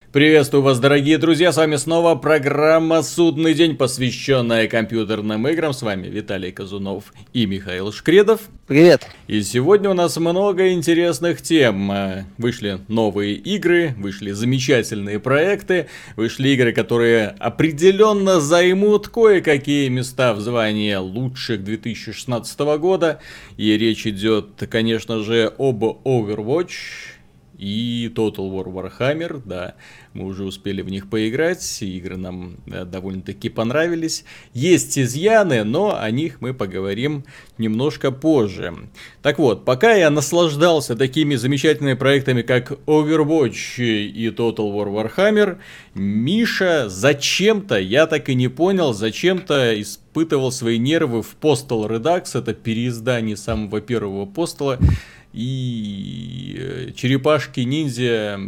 Приветствую вас, дорогие друзья, с вами снова программа «Судный день», посвященная компьютерным играм. С вами Виталий Казунов и Михаил Шкредов. Привет. И сегодня у нас много интересных тем. Вышли новые игры, вышли замечательные проекты, вышли игры, которые определенно займут кое-какие места в звании лучших 2016 года. И речь идет, конечно же, об Overwatch и Total War Warhammer, да, мы уже успели в них поиграть, игры нам довольно-таки понравились. Есть изъяны, но о них мы поговорим немножко позже. Так вот, пока я наслаждался такими замечательными проектами, как Overwatch и Total War Warhammer, Миша зачем-то, я так и не понял, зачем-то испытывал свои нервы в Postal Redux, это переиздание самого первого Postal, и черепашки-ниндзя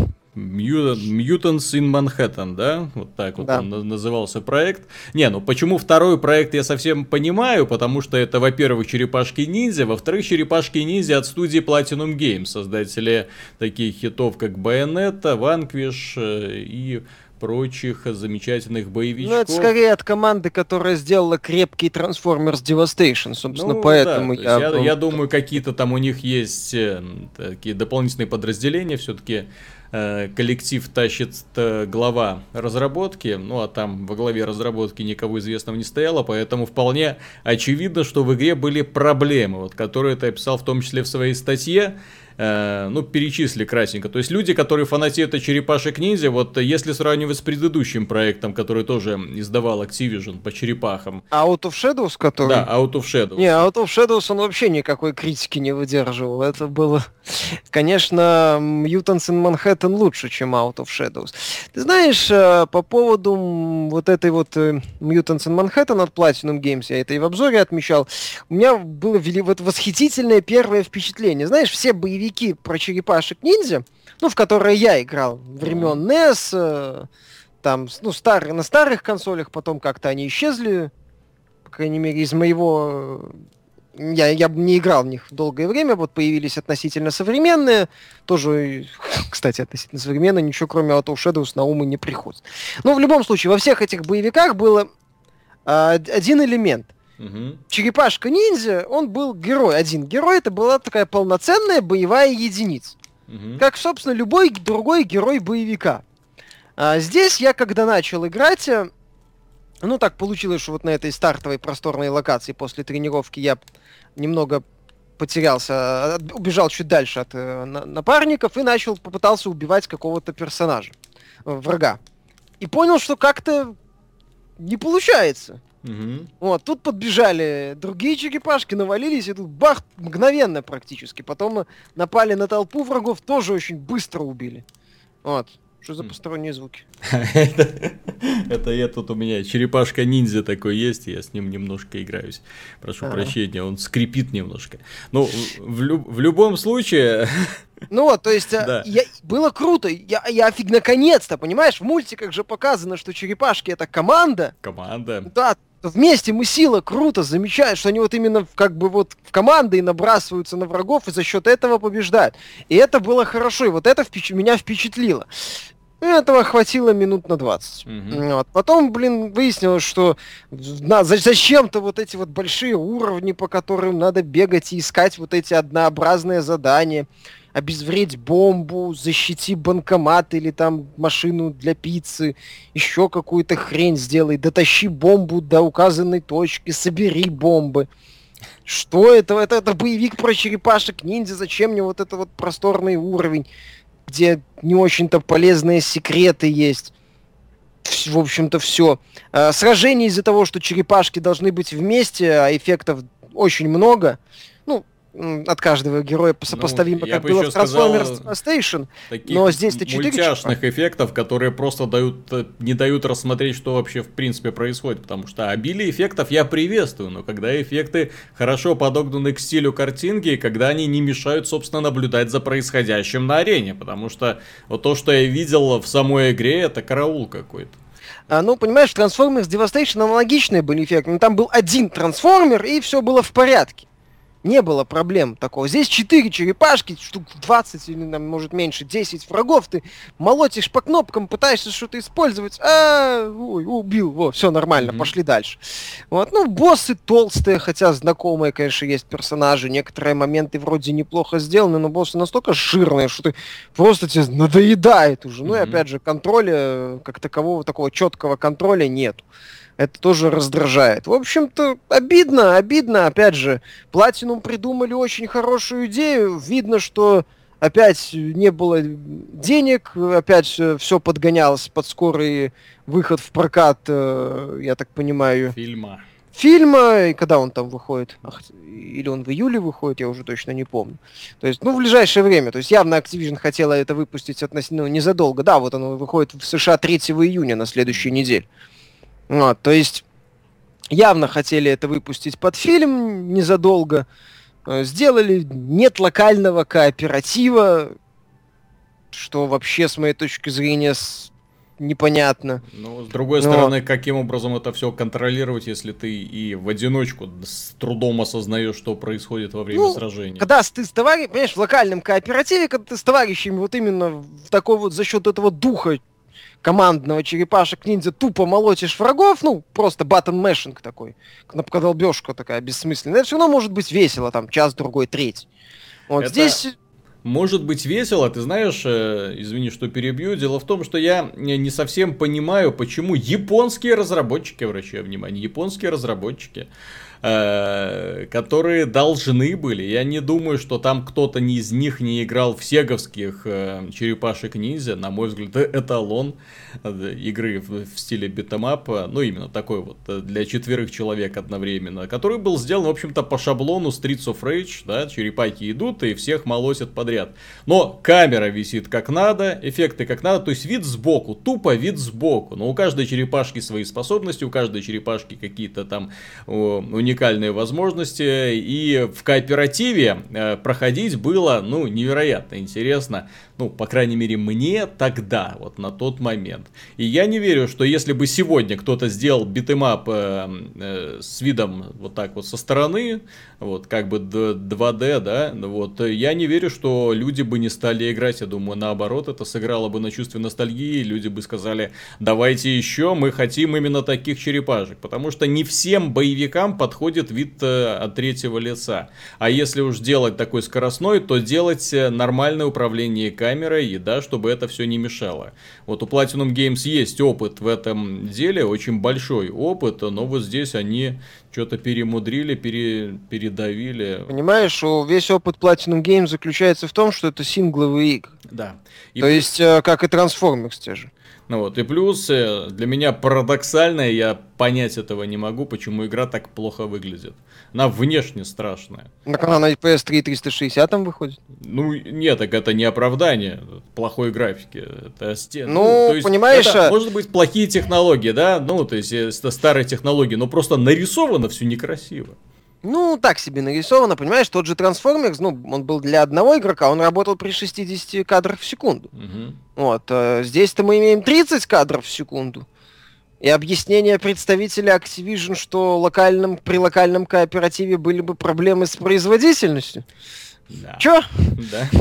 Mutants in Manhattan, да? Вот так вот Да. он назывался проект. Не, ну почему второй проект я совсем понимаю, потому что это, во-первых, черепашки-ниндзя, во-вторых, черепашки-ниндзя от студии Platinum Games, создатели таких хитов, как Bayonetta, Vanquish и прочих замечательных боевичков. Ну, это скорее от команды, которая сделала крепкий Transformers Devastation, собственно, Ну, поэтому да, я думаю, какие-то там у них есть такие дополнительные подразделения, все-таки коллектив тащит глава разработки, ну а там во главе разработки никого известного не стояло, поэтому вполне очевидно, что в игре были проблемы, вот, которые ты описал в том числе в своей статье. Ну, перечисли кратенько. То есть люди, которые фанатеют от черепашек-ниндзя, вот если сравнивать с предыдущим проектом, который тоже издавал Activision по черепахам. Out of Shadows, который... Да, Out of Shadows. Не, Out of Shadows он вообще никакой критики не выдерживал. Это было... Конечно, Mutants in Manhattan лучше, чем Out of Shadows. Ты знаешь, по поводу вот этой вот Mutants in Manhattan от Platinum Games, я это и в обзоре отмечал, у меня было вот восхитительное первое впечатление. Знаешь, все боевики про черепашек-ниндзя, ну, в которые я играл времен NES, там, ну, на старых консолях, потом как-то они исчезли, по крайней мере, из моего... Я не играл в них долгое время, вот появились относительно современные, тоже, кстати, относительно современные, ничего кроме Out of Shadows на ум и не приходит. Но в любом случае, во всех этих боевиках был один элемент. Черепашка-ниндзя, он был герой. Один герой, это была такая полноценная боевая единица. Как, собственно, любой другой герой боевика. Здесь я, когда начал играть, ну так получилось, что вот на этой стартовой просторной локации после тренировки я немного потерялся, убежал чуть дальше от напарников и попытался убивать какого-то персонажа, врага. И понял, что как-то не получается. Вот, тут подбежали другие черепашки, навалились, и тут бах, мгновенно практически. Потом напали на толпу врагов, тоже очень быстро убили. Вот. Что за посторонние звуки? Это я тут, у меня черепашка-ниндзя такой есть, я с ним немножко играюсь. Прошу прощения, он скрипит немножко. Ну, в любом случае... Ну вот, то есть, было круто. Я наконец-то, понимаешь, в мультиках же показано, что черепашки — это команда. Команда. Да, вместе мы сила, круто, замечаю, что они вот именно как бы вот в команды набрасываются на врагов и за счет этого побеждают. И это было хорошо, и вот это меня впечатлило. И этого хватило минут на 20. Вот. Потом, выяснилось, что зачем-то вот эти вот большие уровни, по которым надо бегать и искать вот эти однообразные задания. Обезвредь бомбу, защити банкомат или там машину для пиццы, еще какую-то хрень сделай, дотащи бомбу до указанной точки, собери бомбы. Что это? Это боевик про черепашек-ниндзя, зачем мне вот это вот просторный уровень, где не очень-то полезные секреты есть. В общем-то, все. Сражений из-за того, что черепашки должны быть вместе, а эффектов очень много. Ну, от каждого героя сопоставимо, как было в Transformers Devastation, но здесь ты 4 мультяшных эффектов, которые просто не дают рассмотреть, что вообще в принципе происходит, потому что обилие эффектов я приветствую, но когда эффекты хорошо подогнаны к стилю картинки, и когда они не мешают, собственно, наблюдать за происходящим на арене, потому что вот то, что я видел в самой игре, это караул какой-то. Ну, понимаешь, в Transformers Devastation аналогичные были эффекты, но там был один трансформер, и все было в порядке. Не было проблем такого. Здесь 4 черепашки, штук 20 или, может, меньше, 10 врагов. Ты молотишь по кнопкам, пытаешься что-то использовать. Ой, убил. Все нормально, пошли дальше. Вот, боссы толстые, хотя знакомые, конечно, есть персонажи. Некоторые моменты вроде неплохо сделаны, но боссы настолько жирные, что ты просто тебе надоедает уже. И опять же, контроля, как такового, такого четкого контроля нет. Это тоже раздражает. В общем-то, обидно. Опять же, Platinum придумали очень хорошую идею. Видно, что опять не было денег, опять все подгонялось под скорый выход в прокат, я так понимаю, фильма. И когда он там выходит? Или он в июле выходит, я уже точно не помню. То есть, в ближайшее время. То есть, явно Activision хотела это выпустить относительно незадолго. Да, вот оно выходит в США 3 июня на следующей неделе. Вот, то есть, явно хотели это выпустить под фильм незадолго. Сделали, нет локального кооператива, что вообще, с моей точки зрения, непонятно. С другой стороны, каким образом это все контролировать, если ты и в одиночку с трудом осознаешь, что происходит во время сражения? Когда ты с товарищами, понимаешь, в локальном кооперативе, когда ты с товарищами вот именно в такой вот за счет этого духа командного черепашек-ниндзя тупо молотишь врагов, просто баттон-мэшинг такой, кнопкодолбежка такая бессмысленная. Это все равно может быть весело, там, час, другой, третий. Вот это... здесь... Может быть весело, ты знаешь, извини, что перебью, дело в том, что я не совсем понимаю, почему японские разработчики, обращаю внимание, японские разработчики, которые должны были, я не думаю, что там кто-то из них не играл в сеговских черепашек-ниндзя, на мой взгляд, эталон игры в стиле битэмап, именно такой вот, для 4 человек одновременно, который был сделан, в общем-то, по шаблону Streets of Rage, да, черепахи идут и всех молосят подряд. Но камера висит как надо, эффекты как надо, то есть вид сбоку, тупо вид сбоку, но у каждой черепашки свои способности, у каждой черепашки какие-то там уникальные возможности, и в кооперативе проходить было, невероятно интересно, по крайней мере, мне тогда, вот на тот момент. И я не верю, что если бы сегодня кто-то сделал битэмап с видом вот так вот со стороны, вот как бы 2D, да, вот, я не верю, что люди бы не стали играть. Я думаю, наоборот, это сыграло бы на чувстве ностальгии, люди бы сказали, давайте еще, мы хотим именно таких черепашек, потому что не всем боевикам подходит вид от третьего лица. А если уж делать такой скоростной, то делать нормальное управление камерой, и да, чтобы это все не мешало. Вот у Platinum Games есть опыт в этом деле, очень большой опыт, но вот здесь они что-то перемудрили, передавили. Понимаешь, весь опыт Platinum Games заключается в том, что это сингловые игры. Да. То есть, как и Transformers те же. И плюс, для меня парадоксально, я понять этого не могу, почему игра так плохо выглядит. Она внешне страшная. Так она на PS3 360 выходит? Нет, так это не оправдание плохой графики. Это понимаешь... Это, может быть, плохие технологии, да? То есть, это старые технологии, но просто нарисовано все некрасиво. Так себе нарисовано, понимаешь, тот же Transformers, он был для одного игрока, он работал при 60 кадрах в секунду. Вот, здесь-то мы имеем 30 кадров в секунду. И объяснение представителя Activision, что при локальном кооперативе были бы проблемы с производительностью. Да. Чё? Да.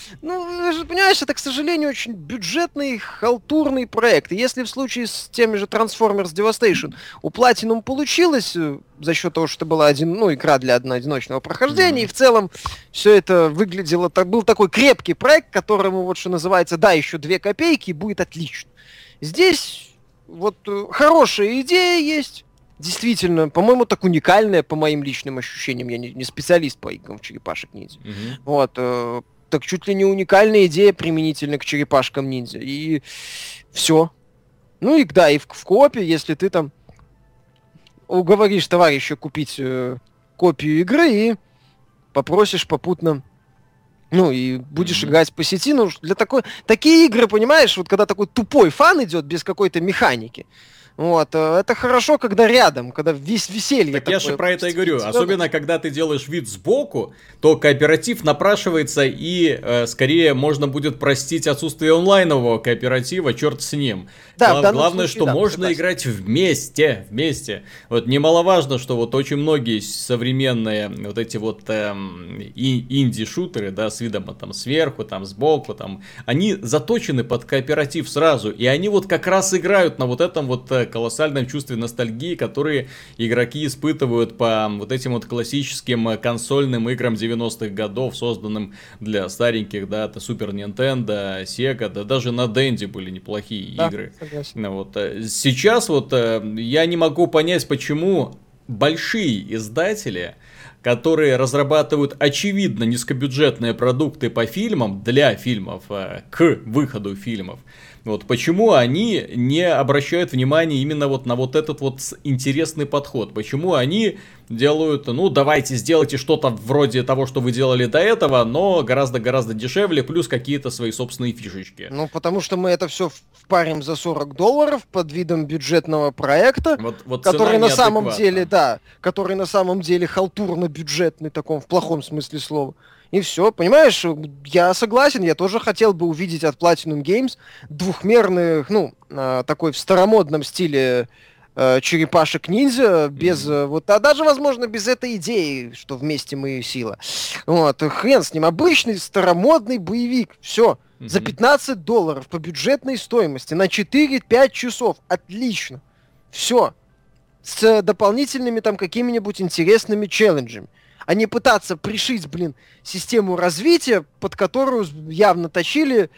Ты же понимаешь, это, к сожалению, очень бюджетный, халтурный проект. И если в случае с теми же Transformers Devastation у Platinum получилось за счет того, что была игра для одиночного прохождения, и в целом все это выглядело, был такой крепкий проект, которому, вот что называется, еще 2 копейки, и будет отлично. Здесь вот хорошая идея есть. Действительно, по-моему, так уникальная, по моим личным ощущениям. Я не специалист по играм в черепашек-ниндзя. Вот, так чуть ли не уникальная идея применительно к черепашкам-ниндзя. И все. И в коопе, если ты там уговоришь товарища купить копию игры и попросишь попутно, и будешь играть по сети, такие игры, понимаешь, вот когда такой тупой фан идет без какой-то механики, Вот, это хорошо, когда рядом, когда веселье Так я же такое. про это и говорю. Особенно, когда ты делаешь вид сбоку, то кооператив напрашивается, и скорее можно будет простить отсутствие онлайнового кооператива, черт с ним. Да, в данном Главное, случае, что да, можно согласен. играть вместе. Вот немаловажно, что вот очень многие современные вот эти вот инди-шутеры, да, с видом там сверху, там сбоку, там, они заточены под кооператив сразу, и они вот как раз играют на вот этом вот колоссальном чувстве ностальгии, которые игроки испытывают по вот этим вот классическим консольным играм 90-х годов, созданным для стареньких, да, это Супер Нинтендо, Сега, да даже на Денди были неплохие игры. Согласен. Ну, вот, сейчас вот я не могу понять, почему большие издатели, которые разрабатывают очевидно низкобюджетные продукты по фильмам, для фильмов, к выходу фильмов, вот почему они не обращают внимания именно вот на вот этот вот интересный подход? Почему они делают, ну давайте сделайте что-то вроде того, что вы делали до этого, но гораздо-гораздо дешевле, плюс какие-то свои собственные фишечки. Ну, потому что мы это все впарим за $40 под видом бюджетного проекта, Вот который цена на самом неадекватна. деле, да, который на самом деле халтурно-бюджетный, таком в плохом смысле слова. И все, понимаешь, я согласен, я тоже хотел бы увидеть от Platinum Games двухмерных, ну, такой в старомодном стиле черепашек-ниндзя, без вот, а даже, возможно, без этой идеи, что вместе мы сила. Вот, хрен с ним, обычный старомодный боевик, все. За $15 по бюджетной стоимости на 4-5 часов. Отлично. Все. С дополнительными там какими-нибудь интересными челленджами. А не пытаться пришить, систему развития, под которую явно точили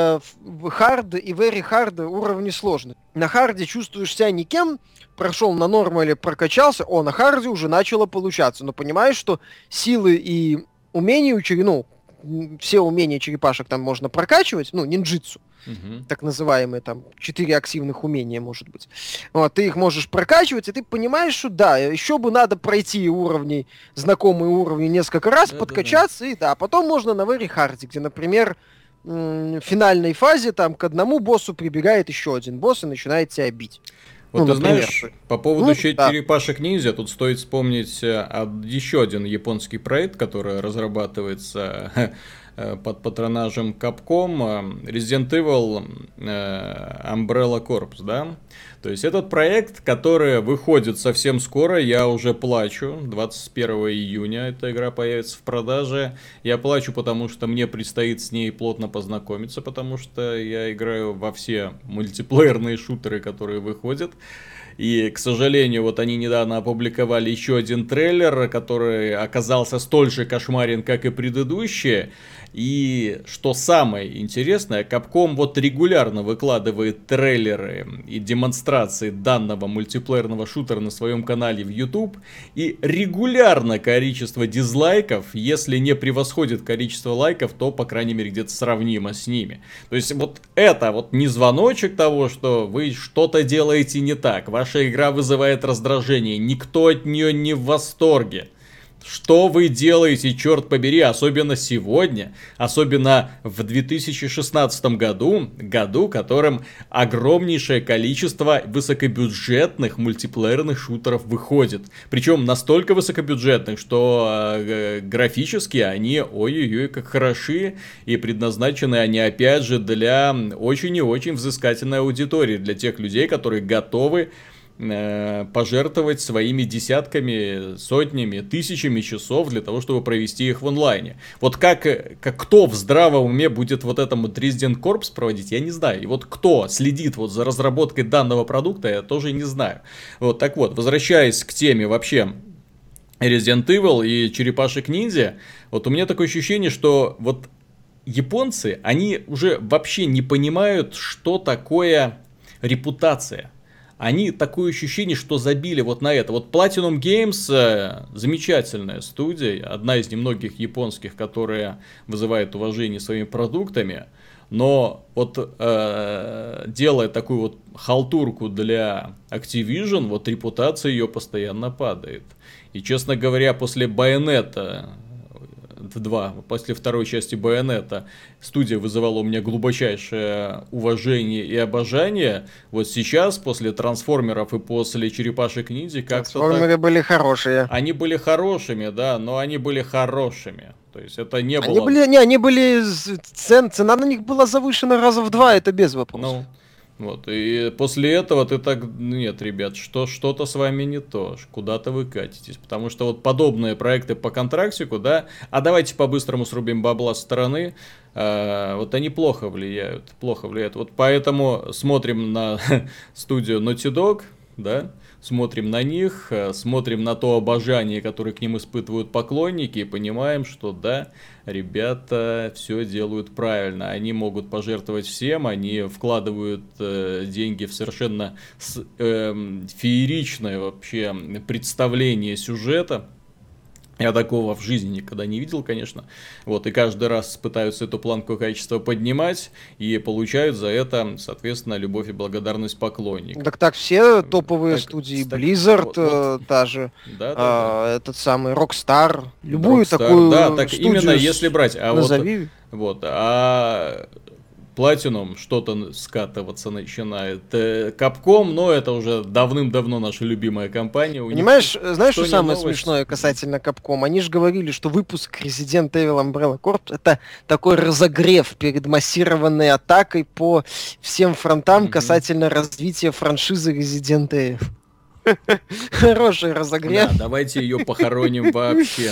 хард и very hard уровни сложных. На харде чувствуешь себя никем, прошел на нормале, прокачался, на харде уже начало получаться. Но понимаешь, что силы и умения все умения черепашек там можно прокачивать, нинджитсу, так называемые там 4 активных умения, может быть. Вот, ты их можешь прокачивать, и ты понимаешь, что да, еще бы надо пройти уровни, знакомые уровни несколько раз, подкачаться, и да, потом можно на Very Hard, где, например, в финальной фазе там к одному боссу прибегает еще один босс и начинает тебя бить. Вот ты например. знаешь, по поводу да. черепашек-ниндзя, тут стоит вспомнить еще один японский проект, который разрабатывается под патронажем Capcom, Resident Evil Umbrella Corps, да? То есть этот проект, который выходит совсем скоро, я уже плачу, 21 июня эта игра появится в продаже. Я плачу, потому что мне предстоит с ней плотно познакомиться, потому что я играю во все мультиплеерные шутеры, которые выходят. И, к сожалению, вот они недавно опубликовали еще один трейлер, который оказался столь же кошмарен, как и предыдущие. И что самое интересное, Capcom вот регулярно выкладывает трейлеры и демонстрации данного мультиплеерного шутера на своем канале в YouTube. И регулярно количество дизлайков, если не превосходит количество лайков, то, по крайней мере, где-то сравнимо с ними. То есть вот это вот не звоночек того, что вы что-то делаете не так. Ваша игра вызывает раздражение, никто от нее не в восторге. Что вы делаете, черт побери, особенно сегодня, особенно в 2016 году, которым огромнейшее количество высокобюджетных мультиплеерных шутеров выходит. Причем настолько высокобюджетных, что графически они ой-ой-ой как хороши, и предназначены они опять же для очень и очень взыскательной аудитории, для тех людей, которые готовы пожертвовать своими десятками, сотнями, тысячами часов для того, чтобы провести их в онлайне. Вот как кто в здравом уме будет вот это вот Resident Corps проводить, я не знаю. И вот кто следит вот за разработкой данного продукта, я тоже не знаю. Вот так вот, возвращаясь к теме вообще Resident Evil и черепашек-ниндзя, вот у меня такое ощущение, что вот японцы, они уже вообще не понимают, что такое репутация. Они такое ощущение, что забили вот на это. Вот Platinum Games замечательная студия, одна из немногих японских, которая вызывает уважение своими продуктами. Но вот делая такую вот халтурку для Activision, вот репутация ее постоянно падает. И, честно говоря, после Bayonetta 2, после второй части Байонета, студия вызывала у меня глубочайшее уважение и обожание. Вот сейчас, после Трансформеров и после Черепашек-ниндзя, как-то Трансформеры были хорошие. Они были хорошими, да, но они были хорошими. То есть это не Они было... были... Цена на них была завышена раза в 2, это без вопросов. Ну, вот, и после этого ты так, нет, ребят, что-то с вами не то, куда-то вы катитесь, потому что вот подобные проекты по контрактику, да, а давайте по-быстрому срубим бабла со стороны, вот они плохо влияют, вот поэтому смотрим на студию Naughty Dog, да, смотрим на них, смотрим на то обожание, которое к ним испытывают поклонники, и понимаем, что да, ребята все делают правильно. Они могут пожертвовать всем, они вкладывают деньги в совершенно фееричное вообще представление сюжета. Я такого в жизни никогда не видел, конечно. Вот, и каждый раз пытаются эту планку качества поднимать, и получают за это, соответственно, любовь и благодарность поклонников. Так все топовые студии, Blizzard, та же, да. Этот самый Rockstar, любую такую да, так студию именно если брать. назови. А Platinum что-то скатываться начинает. Capcom, но это уже давным-давно наша любимая компания. Понимаешь, знаешь, что самое смешное касательно Capcom? Они же говорили, что выпуск Resident Evil Umbrella Corps это такой разогрев перед массированной атакой по всем фронтам касательно развития франшизы Resident Evil. Хороший разогрев. Да, давайте ее похороним вообще.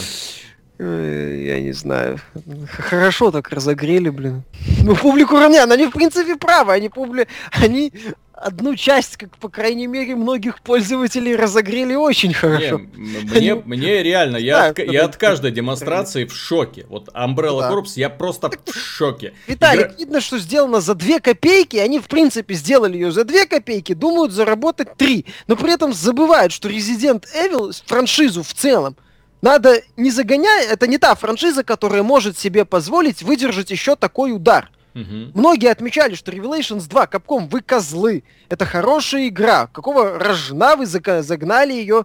Я не знаю. Хорошо так разогрели, блин. Ну, публику равняют. Они, в принципе, правы. Они одну часть, как, по крайней мере, многих пользователей разогрели очень хорошо. Мне реально, я от каждой демонстрации в шоке. Вот Umbrella Corps, я просто в шоке. Виталик, видно, что сделано за 2 копейки. Они, в принципе, сделали ее за 2 копейки, думают заработать 3. Но при этом забывают, что Resident Evil, франшизу в целом, надо не загонять, это не та франшиза, которая может себе позволить выдержать еще такой удар. Многие отмечали, что Revelations 2, Capcom, вы козлы. Это хорошая игра. Какого рожна вы загнали ее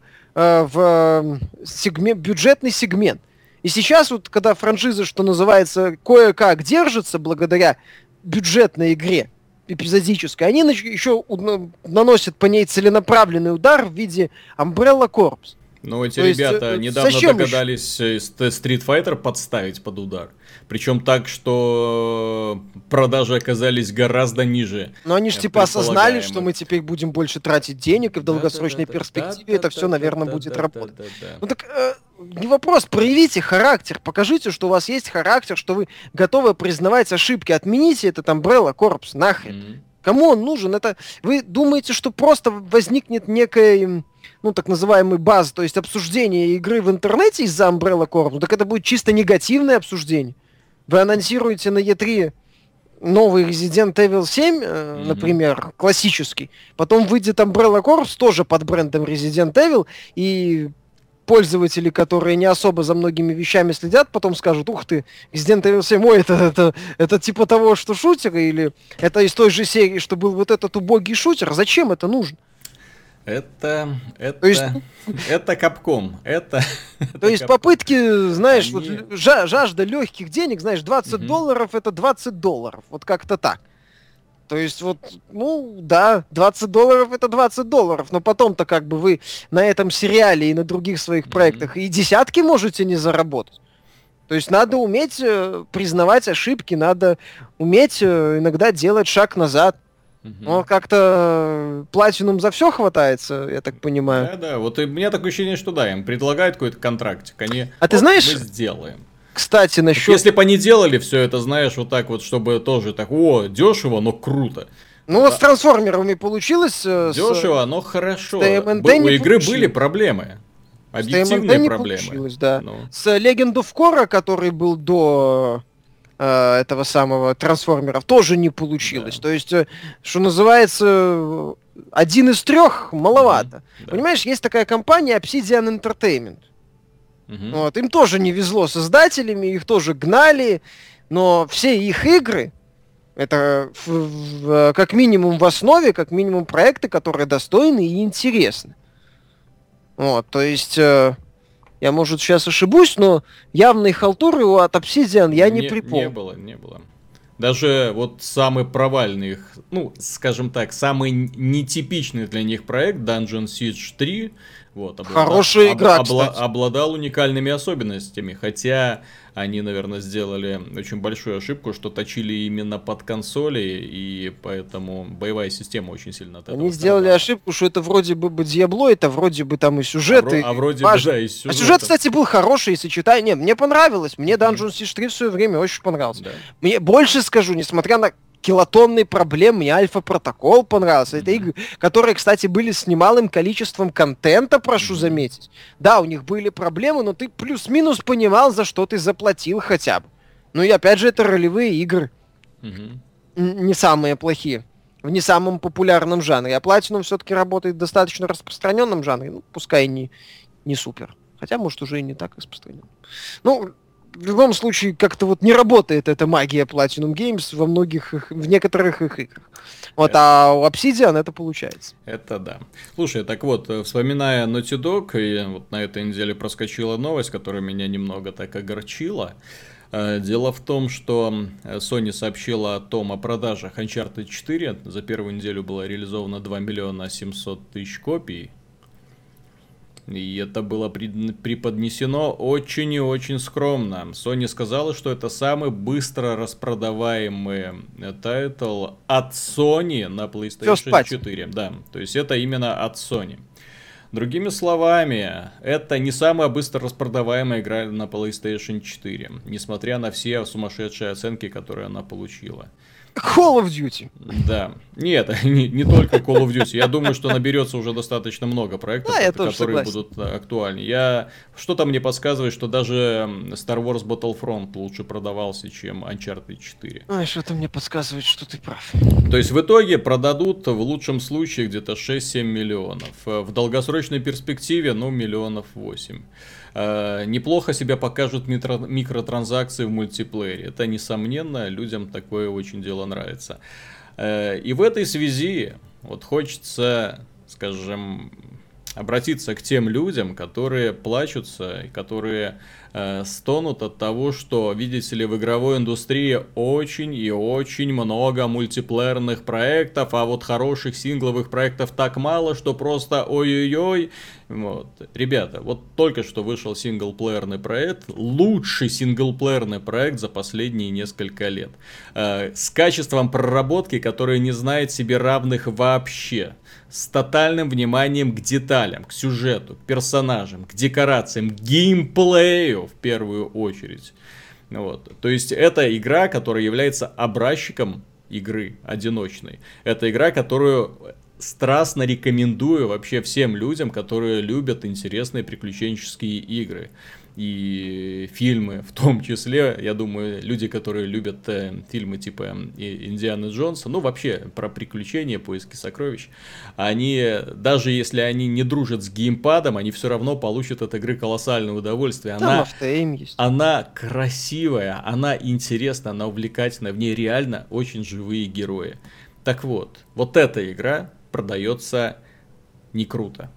в бюджетный сегмент? И сейчас вот, когда франшиза, что называется, кое-как держится благодаря бюджетной игре эпизодической, они еще наносят по ней целенаправленный удар в виде Umbrella Corps. Ну, эти ребята недавно догадались Street Fighter подставить под удар. Причем так, что продажи оказались гораздо ниже. Но они же типа осознали, что мы теперь будем больше тратить денег, и в долгосрочной перспективе это все, наверное, будет работать. Ну так, не вопрос, проявите характер, покажите, что у вас есть характер, что вы готовы признавать ошибки, отмените этот Umbrella Corps, нахрен. Кому он нужен? Это вы думаете, что просто возникнет некая, ну, так называемый баз, то есть обсуждение игры в интернете из-за Umbrella Corps? Ну, так это будет чисто негативное обсуждение. Вы анонсируете на E3 новый Resident Evil 7, например, классический, потом выйдет Umbrella Corps тоже под брендом Resident Evil, и пользователи, которые не особо за многими вещами следят, потом скажут: ух ты, Resident Evil 7, ой, это типа того, что шутер, или это из той же серии, что был вот этот убогий шутер. Зачем это нужно? Это Capcom. То есть попытки, знаешь, вот жажда легких денег, знаешь, $20 это $20. Вот как-то так. То есть вот, ну да, $20 это $20, но потом-то как бы вы на этом сериале и на других своих проектах и десятки можете не заработать. То есть надо уметь признавать ошибки, надо уметь иногда делать шаг назад. Но как-то Platinum за все хватается, я так понимаю. Да, вот и у меня такое ощущение, что да, им предлагают какой-то контрактик, они ты знаешь, мы сделаем. Кстати, насчет... Если бы они делали все это, знаешь, вот так вот, чтобы тоже так, дешево, но круто. Ну вот с трансформерами получилось. Дешево, но хорошо. У игры были проблемы. Объективные проблемы. Да. С Legend of Korra, который был до этого самого трансформеров, тоже не получилось. Да. То есть, что называется, 1 из 3 маловато. Да. Понимаешь, есть такая компания Obsidian Entertainment. Вот, им тоже не везло с издателями, их тоже гнали, но все их игры, это как минимум в основе, как минимум проекты, которые достойны и интересны. Вот, то есть Я, может, сейчас ошибусь, но явной халтуры от Obsidian я не припомню. Не было. Даже вот самый провальный их, ну, скажем так, самый нетипичный для них проект Dungeon Siege 3, вот, Хорошая игра, обладал уникальными особенностями, хотя они, наверное, сделали очень большую ошибку, что точили именно под консоли, и поэтому боевая система очень сильно от этого Они сделали ошибку, что это вроде бы Diablo, это вроде бы там и сюжеты. Вроде бы, да, и сюжет. А сюжет, кстати, был хороший, и сочетание. Нет, мне понравилось. Мне Dungeon Siege 3 в свое время очень понравился. Да. Мне больше скажу, несмотря на килотонные проблемы, мне Альфа-протокол понравился. Это игры, которые, кстати, были с немалым количеством контента, прошу заметить. Да, у них были проблемы, но ты плюс-минус понимал, за что ты заплатил хотя бы. Ну и опять же, это ролевые игры. Не самые плохие. В не самом популярном жанре. А Platinum все-таки работает в достаточно распространенном жанре. Ну, пускай не супер. Хотя, может, уже и не так распространен. Ну, в любом случае, как-то вот не работает эта магия Platinum Games в некоторых их играх. Вот, а у Obsidian это получается. Это да. Слушай, так вот, вспоминая Naughty Dog, и вот на этой неделе проскочила новость, которая меня немного так огорчила. Дело в том, что Sony сообщила о продажах Uncharted 4. За первую неделю было реализовано 2 миллиона 700 тысяч копий. И это было преподнесено очень и очень скромно. Sony сказала, что это самый быстро распродаваемый тайтл от Sony на PlayStation 4. Да, то есть это именно от Sony. Другими словами, это не самая быстро распродаваемая игра на PlayStation 4, несмотря на все сумасшедшие оценки, которые она получила. Call of Duty. Да. Нет, не только Call of Duty. Я думаю, что наберется уже достаточно много проектов, которые будут актуальны. Что-то мне подсказывает, что даже Star Wars Battlefront лучше продавался, чем Uncharted 4. Что-то мне подсказывает, что ты прав. То есть в итоге продадут в лучшем случае где-то 6-7 миллионов. В долгосрочной перспективе, 8 миллионов. Неплохо себя покажут микротранзакции в мультиплеере. Это, несомненно, людям такое очень дело нравится. И в этой связи вот хочется, скажем, обратиться к тем людям, которые плачутся и которые стонут от того, что, видите ли, в игровой индустрии очень и очень много мультиплеерных проектов, а вот хороших сингловых проектов так мало, что просто ой-ой-ой. Вот. Ребята, вот только что вышел синглплеерный проект, лучший синглплеерный проект за последние несколько лет. С качеством проработки, которое не знает себе равных вообще. С тотальным вниманием к деталям, к сюжету, к персонажам, к декорациям, к геймплею в первую очередь. Вот. То есть это игра, которая является образчиком игры одиночной. Это игра, которую страстно рекомендую вообще всем людям, которые любят интересные приключенческие игры. И фильмы в том числе, я думаю, люди, которые любят фильмы типа Индианы Джонса, ну вообще про приключения, поиски сокровищ, они, даже если они не дружат с геймпадом, они все равно получат от игры колоссальное удовольствие. Она красивая, она интересная, она увлекательная, в ней реально очень живые герои. Так вот, вот эта игра продается не круто.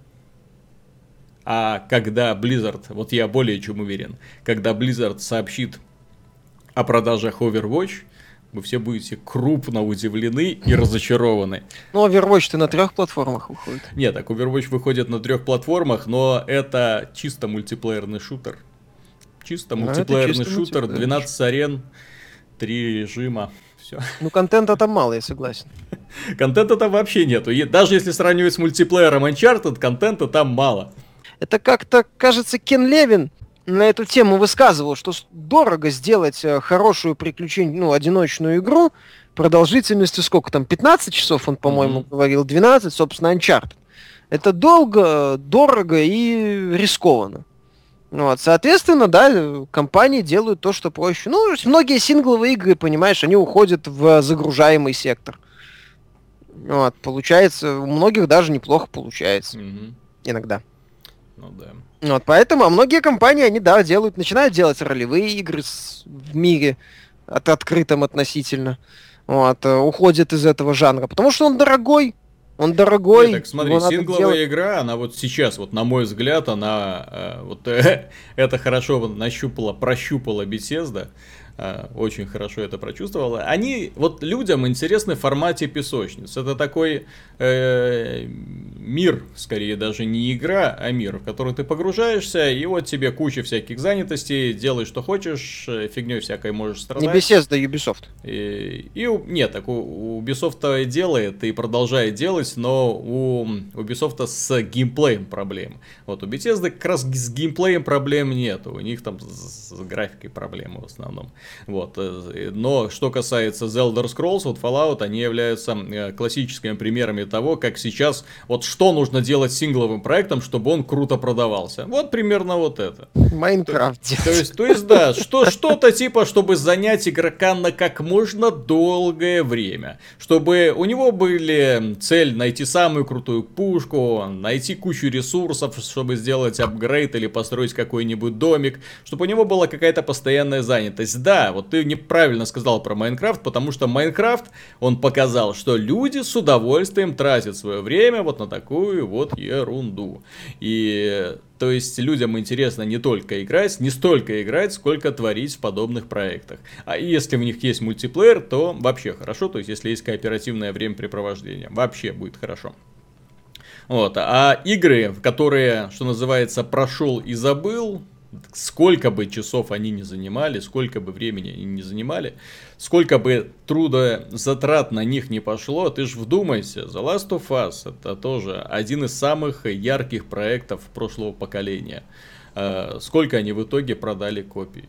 А когда Blizzard, вот я более чем уверен, когда Blizzard сообщит о продажах Overwatch, вы все будете крупно удивлены и разочарованы. Ну, Overwatch-то на 3 платформах выходит. Нет, так Overwatch выходит на 3 платформах, но это чисто мультиплеерный шутер. Чисто мультиплеерный шутер, 12 арен, 3 режима. Все. Ну, контента там мало, я согласен. Контента там вообще нету. И даже если сравнивать с мультиплеером Uncharted, контента там мало. Это как-то, кажется, Кен Левин на эту тему высказывал, что дорого сделать хорошую одиночную игру продолжительностью сколько там, 15 часов он, по-моему, говорил, 12, собственно, Uncharted. Это долго, дорого и рискованно. Вот, соответственно, да, компании делают то, что проще. Ну, многие сингловые игры, понимаешь, они уходят в загружаемый сектор. Вот, получается, у многих даже неплохо получается. Иногда. Ну да. Вот, поэтому, а многие компании, они, да, начинают делать ролевые игры в мире открытом относительно. Вот, уходят из этого жанра, потому что он дорогой, Он дорогой. Нет, так смотри, сингловая игра, она вот сейчас, вот на мой взгляд, она это хорошо прощупала Bethesda. Очень хорошо это прочувствовала. Они, вот людям интересны в формате песочниц. Это такой мир, скорее даже не игра, а мир, в который ты погружаешься, и вот тебе куча всяких занятостей, делай что хочешь, фигней всякой можешь страдать. Не Bethesda, Ubisoft. Нет, так у Ubisoft делает и продолжает делать, но у Ubisoft с геймплеем проблем. Вот у Bethesda как раз с геймплеем проблем нет, у них там с графикой проблемы в основном. Вот. Но что касается The Elder Scrolls, вот Fallout, они являются классическими примерами того, как сейчас, вот что нужно делать сингловым проектом, чтобы он круто продавался. Вот примерно вот это. Майнкрафт. То есть, да, что-то типа, чтобы занять игрока на как можно долгое время. Чтобы у него были цель найти самую крутую пушку, найти кучу ресурсов, чтобы сделать апгрейд или построить какой-нибудь домик, чтобы у него была какая-то постоянная занятость. Да, вот ты неправильно сказал про Майнкрафт, потому что Майнкрафт, он показал, что люди с удовольствием тратят свое время вот на такую вот ерунду. И то есть людям интересно не столько играть, сколько творить в подобных проектах. А если в них есть мультиплеер, то вообще хорошо. То есть если есть кооперативное времяпрепровождение, вообще будет хорошо. Вот. А игры, которые, что называется, прошел и забыл, сколько бы часов они не занимали, сколько бы времени они не занимали, сколько бы трудозатрат на них не пошло, ты ж вдумайся, The Last of Us это тоже один из самых ярких проектов прошлого поколения. Сколько они в итоге продали копий?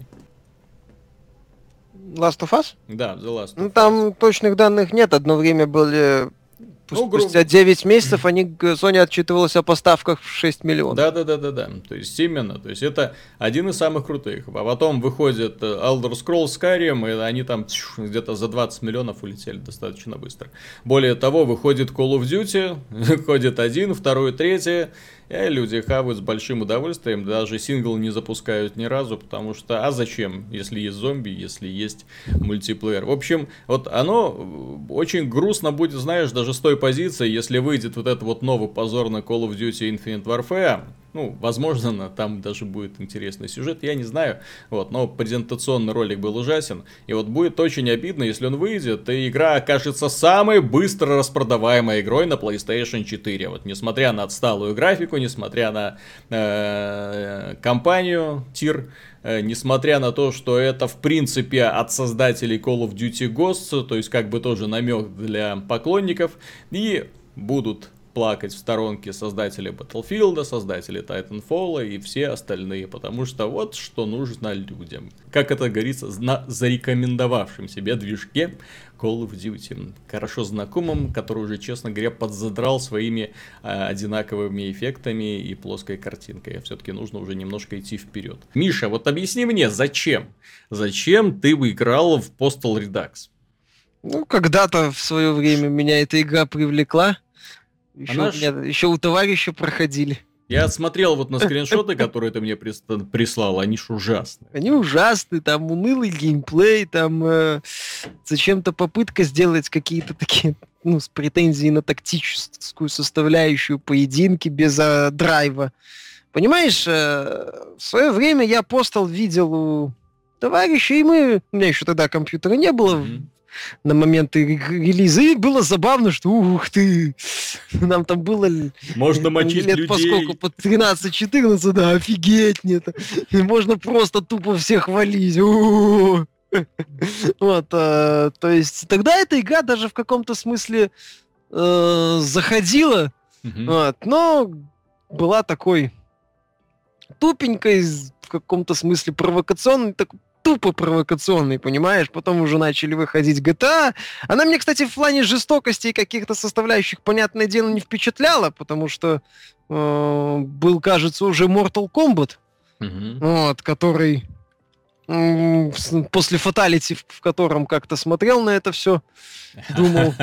Last of Us? Да, The Last of Us. Там точных данных нет, одно время были... Спустя 9 месяцев Sony отчитывалась о поставках в 6 миллионов. Да. То есть именно. То есть это один из самых крутых. А потом выходит Elder Scrolls Skyrim, и они там где-то за 20 миллионов улетели достаточно быстро. Более того, выходит Call of Duty, выходит 1, 2, 3. И люди хавают с большим удовольствием, даже сингл не запускают ни разу, потому что, а зачем, если есть зомби, если есть мультиплеер. В общем, вот оно очень грустно будет, знаешь, даже с той позиции, если выйдет вот этот вот новый позорный Call of Duty Infinite Warfare. Ну, возможно, там даже будет интересный сюжет, я не знаю. Вот, но презентационный ролик был ужасен. И вот будет очень обидно, если он выйдет, и игра окажется самой быстро распродаваемой игрой на PlayStation 4. Вот, несмотря на отсталую графику, несмотря на компанию TIR, несмотря на то, что это в принципе от создателей Call of Duty Ghosts, то есть как бы тоже намек для поклонников, и будут плакать в сторонке создатели Battlefield, создатели Titanfall и все остальные, потому что вот что нужно людям. Как это говорится, на зарекомендовавшем себя движке Call of Duty. Хорошо знакомым, который уже, честно говоря, подзадрал своими одинаковыми эффектами и плоской картинкой. Все-таки нужно уже немножко идти вперед. Миша, вот объясни мне, зачем? Зачем ты играл в Postal Redux? Ну, когда-то в свое время меня эта игра привлекла. Еще у товарища проходили. Я смотрел вот на скриншоты, которые ты мне прислал, они ж ужасные. Они ужасные, там унылый геймплей, там зачем-то попытка сделать какие-то такие, ну, с претензией на тактическую составляющую поединки без драйва. Понимаешь, в свое время я Postal видел у товарища, и у меня еще тогда компьютера не было, на момент релиза, и было забавно, что ух ты, нам там было можно мочить лет людей. Поскольку по 13-14, да, офигеть нет. И можно просто тупо всех валить. Вот, то есть тогда эта игра даже в каком-то смысле заходила, вот, но была такой тупенькой, в каком-то смысле провокационной, такой тупо провокационный, понимаешь? Потом уже начали выходить GTA. Она мне, кстати, в плане жестокости и каких-то составляющих, понятное дело, не впечатляла, потому что был, кажется, уже Mortal Kombat, вот, который после Fatality, в котором как-то смотрел на это все, думал,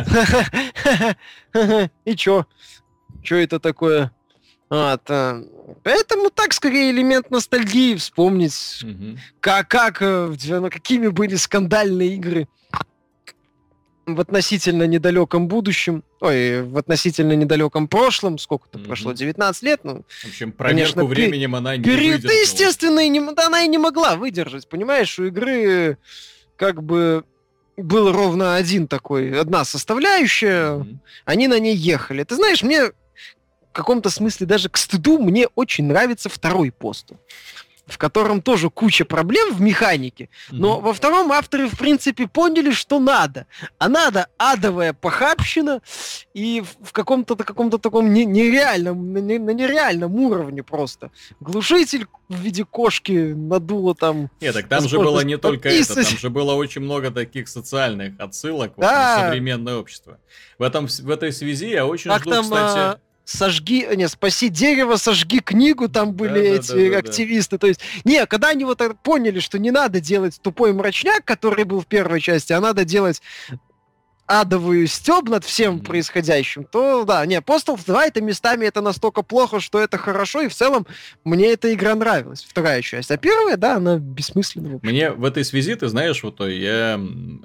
и чё? Чё это такое? Вот, поэтому так, скорее, элемент ностальгии вспомнить, какими были скандальные игры в относительно недалеком будущем, в относительно недалеком прошлом, сколько-то прошло, 19 лет, ну, в общем, проверку временем она не выдержала. Да, естественно, она и не могла выдержать, понимаешь, у игры как бы был ровно одна составляющая, они на ней ехали. Ты знаешь, мне в каком-то смысле даже к стыду мне очень нравится второй Postal, в котором тоже куча проблем в механике, но во втором авторы, в принципе, поняли, что надо. А надо адовая похабщина и в каком-то таком на нереальном уровне просто. Глушитель в виде кошки надуло там... Нет, так там же было не только это, там же было очень много таких социальных отсылок на современное общество. В этой связи я очень жду, кстати... спаси дерево, сожги книгу, там были активисты. То есть, когда они вот поняли, что не надо делать тупой мрачняк, который был в первой части, а надо делать адовую стёб над всем происходящим, то Postal 2 это местами это настолько плохо, что это хорошо, и в целом мне эта игра нравилась, вторая часть. А первая, она бессмысленная. Мне в этой связи, ты знаешь, я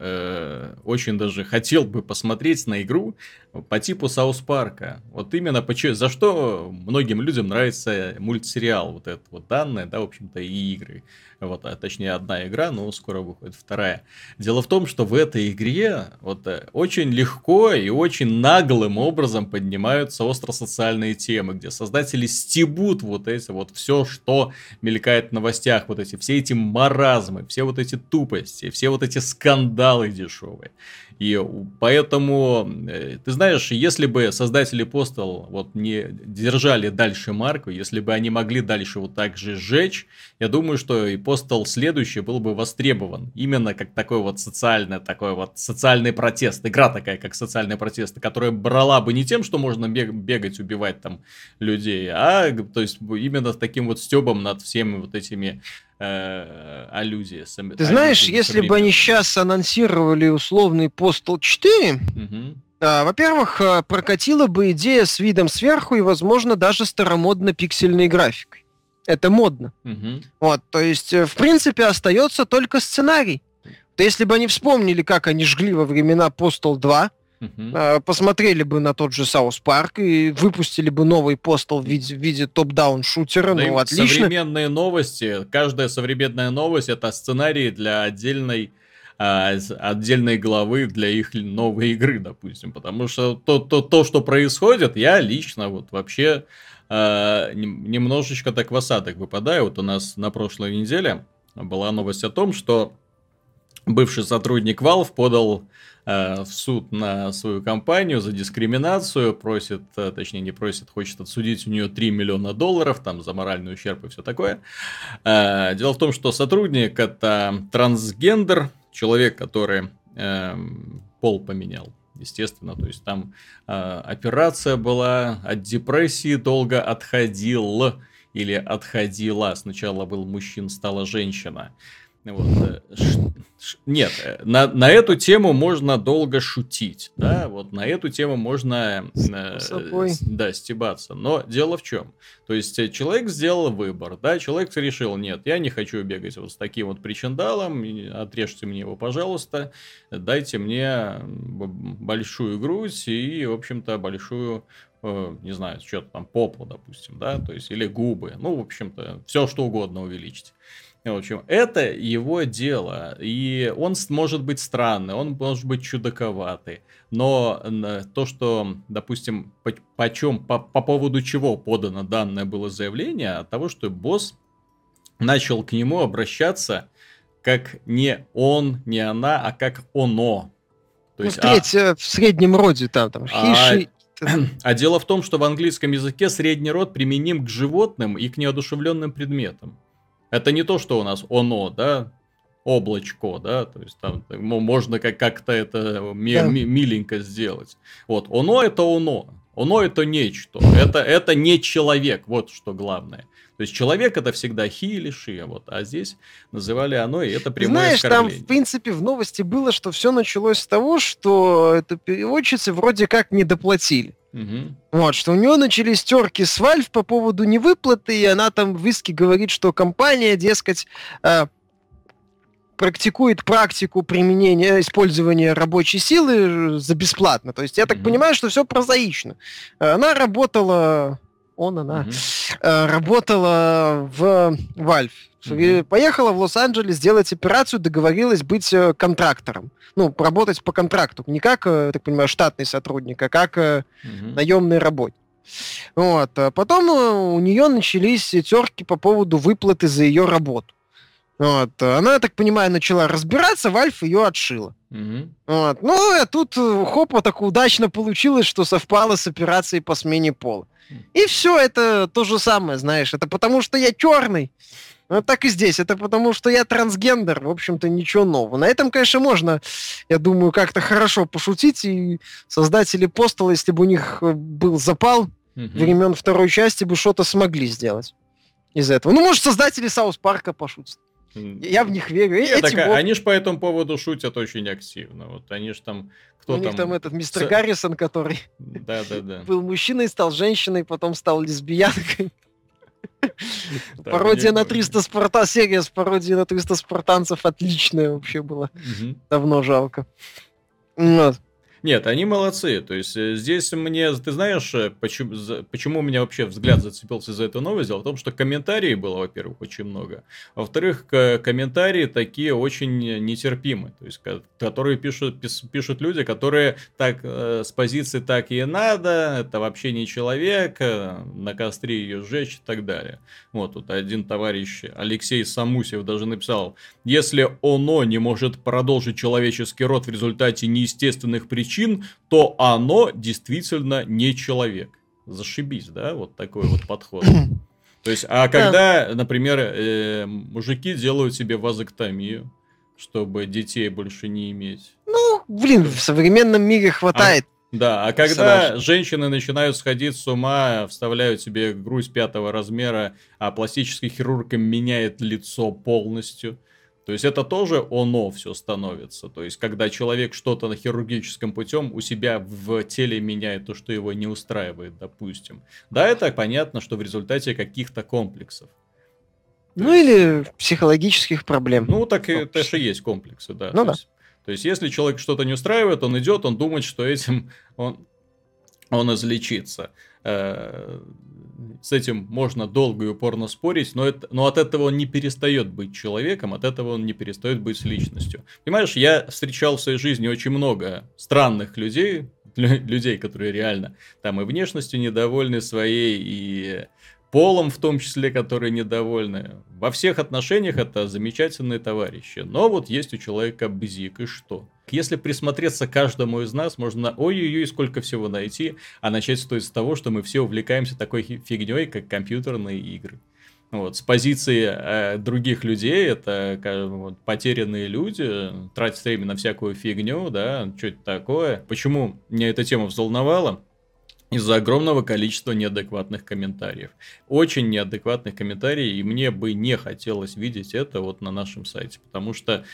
очень даже хотел бы посмотреть на игру по типу Саус Парка. Вот именно за что многим людям нравится мультсериал, вот это вот данное, в общем-то, и игры. Точнее, одна игра, но скоро выходит вторая. Дело в том, что в этой игре очень легко и очень наглым образом поднимаются остросоциальные темы, где создатели стебут все, что мелькает в новостях, все эти маразмы, все эти тупости, все эти скандалы дешевые. И поэтому, ты знаешь, если бы создатели Postal не держали дальше марку, если бы они могли дальше так же сжечь, я думаю, что и Postal следующий был бы востребован. Именно как такой социальный протест. Игра такая, как социальный протест, которая брала бы не тем, что можно бегать, убивать там людей, а то есть именно с таким стёбом над всеми этими аллюзиями. Ты знаешь, если бы они сейчас анонсировали условный Postal 4, во-первых, прокатила бы идея с видом сверху и, возможно, даже старомодно-пиксельной графикой. Это модно. То есть, в принципе, остается только сценарий. То если бы они вспомнили, как они жгли во времена Postal 2, посмотрели бы на тот же Саус Парк и выпустили бы новый Postal в виде топ-даун шутера, отлично. Современные новости, каждая современная новость это сценарий для отдельной главы для их новой игры, допустим, потому что то, что происходит, я лично вообще немножечко так в осадок выпадаю. У нас на прошлой неделе была новость о том, что бывший сотрудник Valve подал в суд на свою компанию за дискриминацию, хочет отсудить у нее $3 миллиона, там, за моральный ущерб и все такое. Дело в том, что сотрудник это трансгендер, человек, который пол поменял, естественно, то есть там операция была, от депрессии долго отходила, сначала был мужчина, стала женщина. Нет, на эту тему можно долго шутить, на эту тему можно стебаться, но дело в чем? То есть человек сделал выбор, человек решил, нет, я не хочу бегать с таким причиндалом, отрежьте мне его, пожалуйста, дайте мне большую грудь и, в общем-то, большую, не знаю, что-то там, попу, допустим, то есть, или губы, в общем-то, все что угодно увеличить. В общем, это его дело, и он может быть странный, он может быть чудаковатый, но то, что, допустим, по поводу чего подано данное было заявление, от того, что босс начал к нему обращаться как не он, не она, а как оно. То есть, в среднем роде там хиши. А дело в том, что в английском языке средний род применим к животным и к неодушевленным предметам. Это не то, что у нас оно, облачко, то есть там можно как-то это миленько сделать. Оно это оно это нечто, это не человек, вот что главное. То есть человек это всегда he или she, а здесь называли оно, и это прямое оскорбление. Там, в принципе, в новости было, что все началось с того, что эту переводчицу вроде как не доплатили. Что у нее начались терки с Valve по поводу невыплаты, и она там в иске говорит, что компания, дескать, практикует практику применения, использования рабочей силы за бесплатно. То есть я так понимаю, что все прозаично. Она работала... работала в Valve. Поехала в Лос-Анджелес делать операцию, договорилась быть контрактором. Ну, работать по контракту. Не как, так понимаю, штатный сотрудник, а как наемный работник. Вот. А потом у нее начались терки по поводу выплаты за ее работу. Вот. Она, я так понимаю, начала разбираться, Valve ее отшила. Вот. Ну, а тут хопа так удачно получилось, что совпало с операцией по смене пола. И все, это то же самое, знаешь. Это потому, что я черный. Ну, так и здесь. Это потому, что я трансгендер. В общем-то, ничего нового. На этом, конечно, можно, я думаю, как-то хорошо пошутить. И создатели Postal, если бы у них был запал времен второй части, бы что-то смогли сделать из этого. Ну, может, создатели Саус Парка пошутят. Я в них верю. Они же по этому поводу шутят очень активно. Вот они же там... У них там этот мистер Гаррисон, который был мужчиной, стал женщиной, потом стал лесбиянкой. Пародия на 300 спартанцев, серия с пародией на 300 спартанцев отличная вообще была. Давно жалко. Вот. Нет, они молодцы. То есть здесь мне, ты знаешь, почему у меня вообще взгляд зацепился за эту новость? Дело в том, что комментариев было, во-первых, очень много. Во-вторых, комментарии такие очень нетерпимые. То есть, которые пишут люди, которые так с позиции так и надо, это вообще не человек, на костре ее сжечь и так далее. Вот тут один товарищ, Алексей Самусев, даже написал: если оно не может продолжить человеческий род в результате неестественных причин, то оно действительно не человек. Зашибись, да? Вот такой вот подход. То есть, а когда, например, мужики делают себе вазоктомию, чтобы детей больше не иметь. Ну, блин, в современном мире хватает. Да, а когда женщины начинают сходить с ума, вставляют себе грудь 5-го размера, а пластический хирург им меняет лицо полностью. То есть это тоже оно все становится. То есть когда человек что-то на хирургическом путем у себя в теле меняет то, что его не устраивает, допустим. Да, это понятно, что в результате каких-то комплексов. Ну или психологических проблем. Ну так это же есть комплексы, да. Ну, то есть если человек что-то не устраивает, он идет, он думает, что этим он излечится. С этим можно долго и упорно спорить, но от этого он не перестает быть человеком, от этого он не перестает быть личностью. Понимаешь, я встречал в своей жизни очень много странных людей, которые реально там и внешностью недовольны своей, и полом в том числе, которые недовольны. Во всех отношениях это замечательные товарищи. Но вот есть у человека бзик, и что? Если присмотреться к каждому из нас, можно ой-ой-ой сколько всего найти, а начать стоит с того, что мы все увлекаемся такой фигней, как компьютерные игры. Вот, с позиции других людей, это вот, потерянные люди, тратят время на всякую фигню, да, что это такое. Почему меня эта тема взволновала? Из-за огромного количества неадекватных комментариев. Очень неадекватных комментариев, и мне бы не хотелось видеть это вот на нашем сайте, потому что,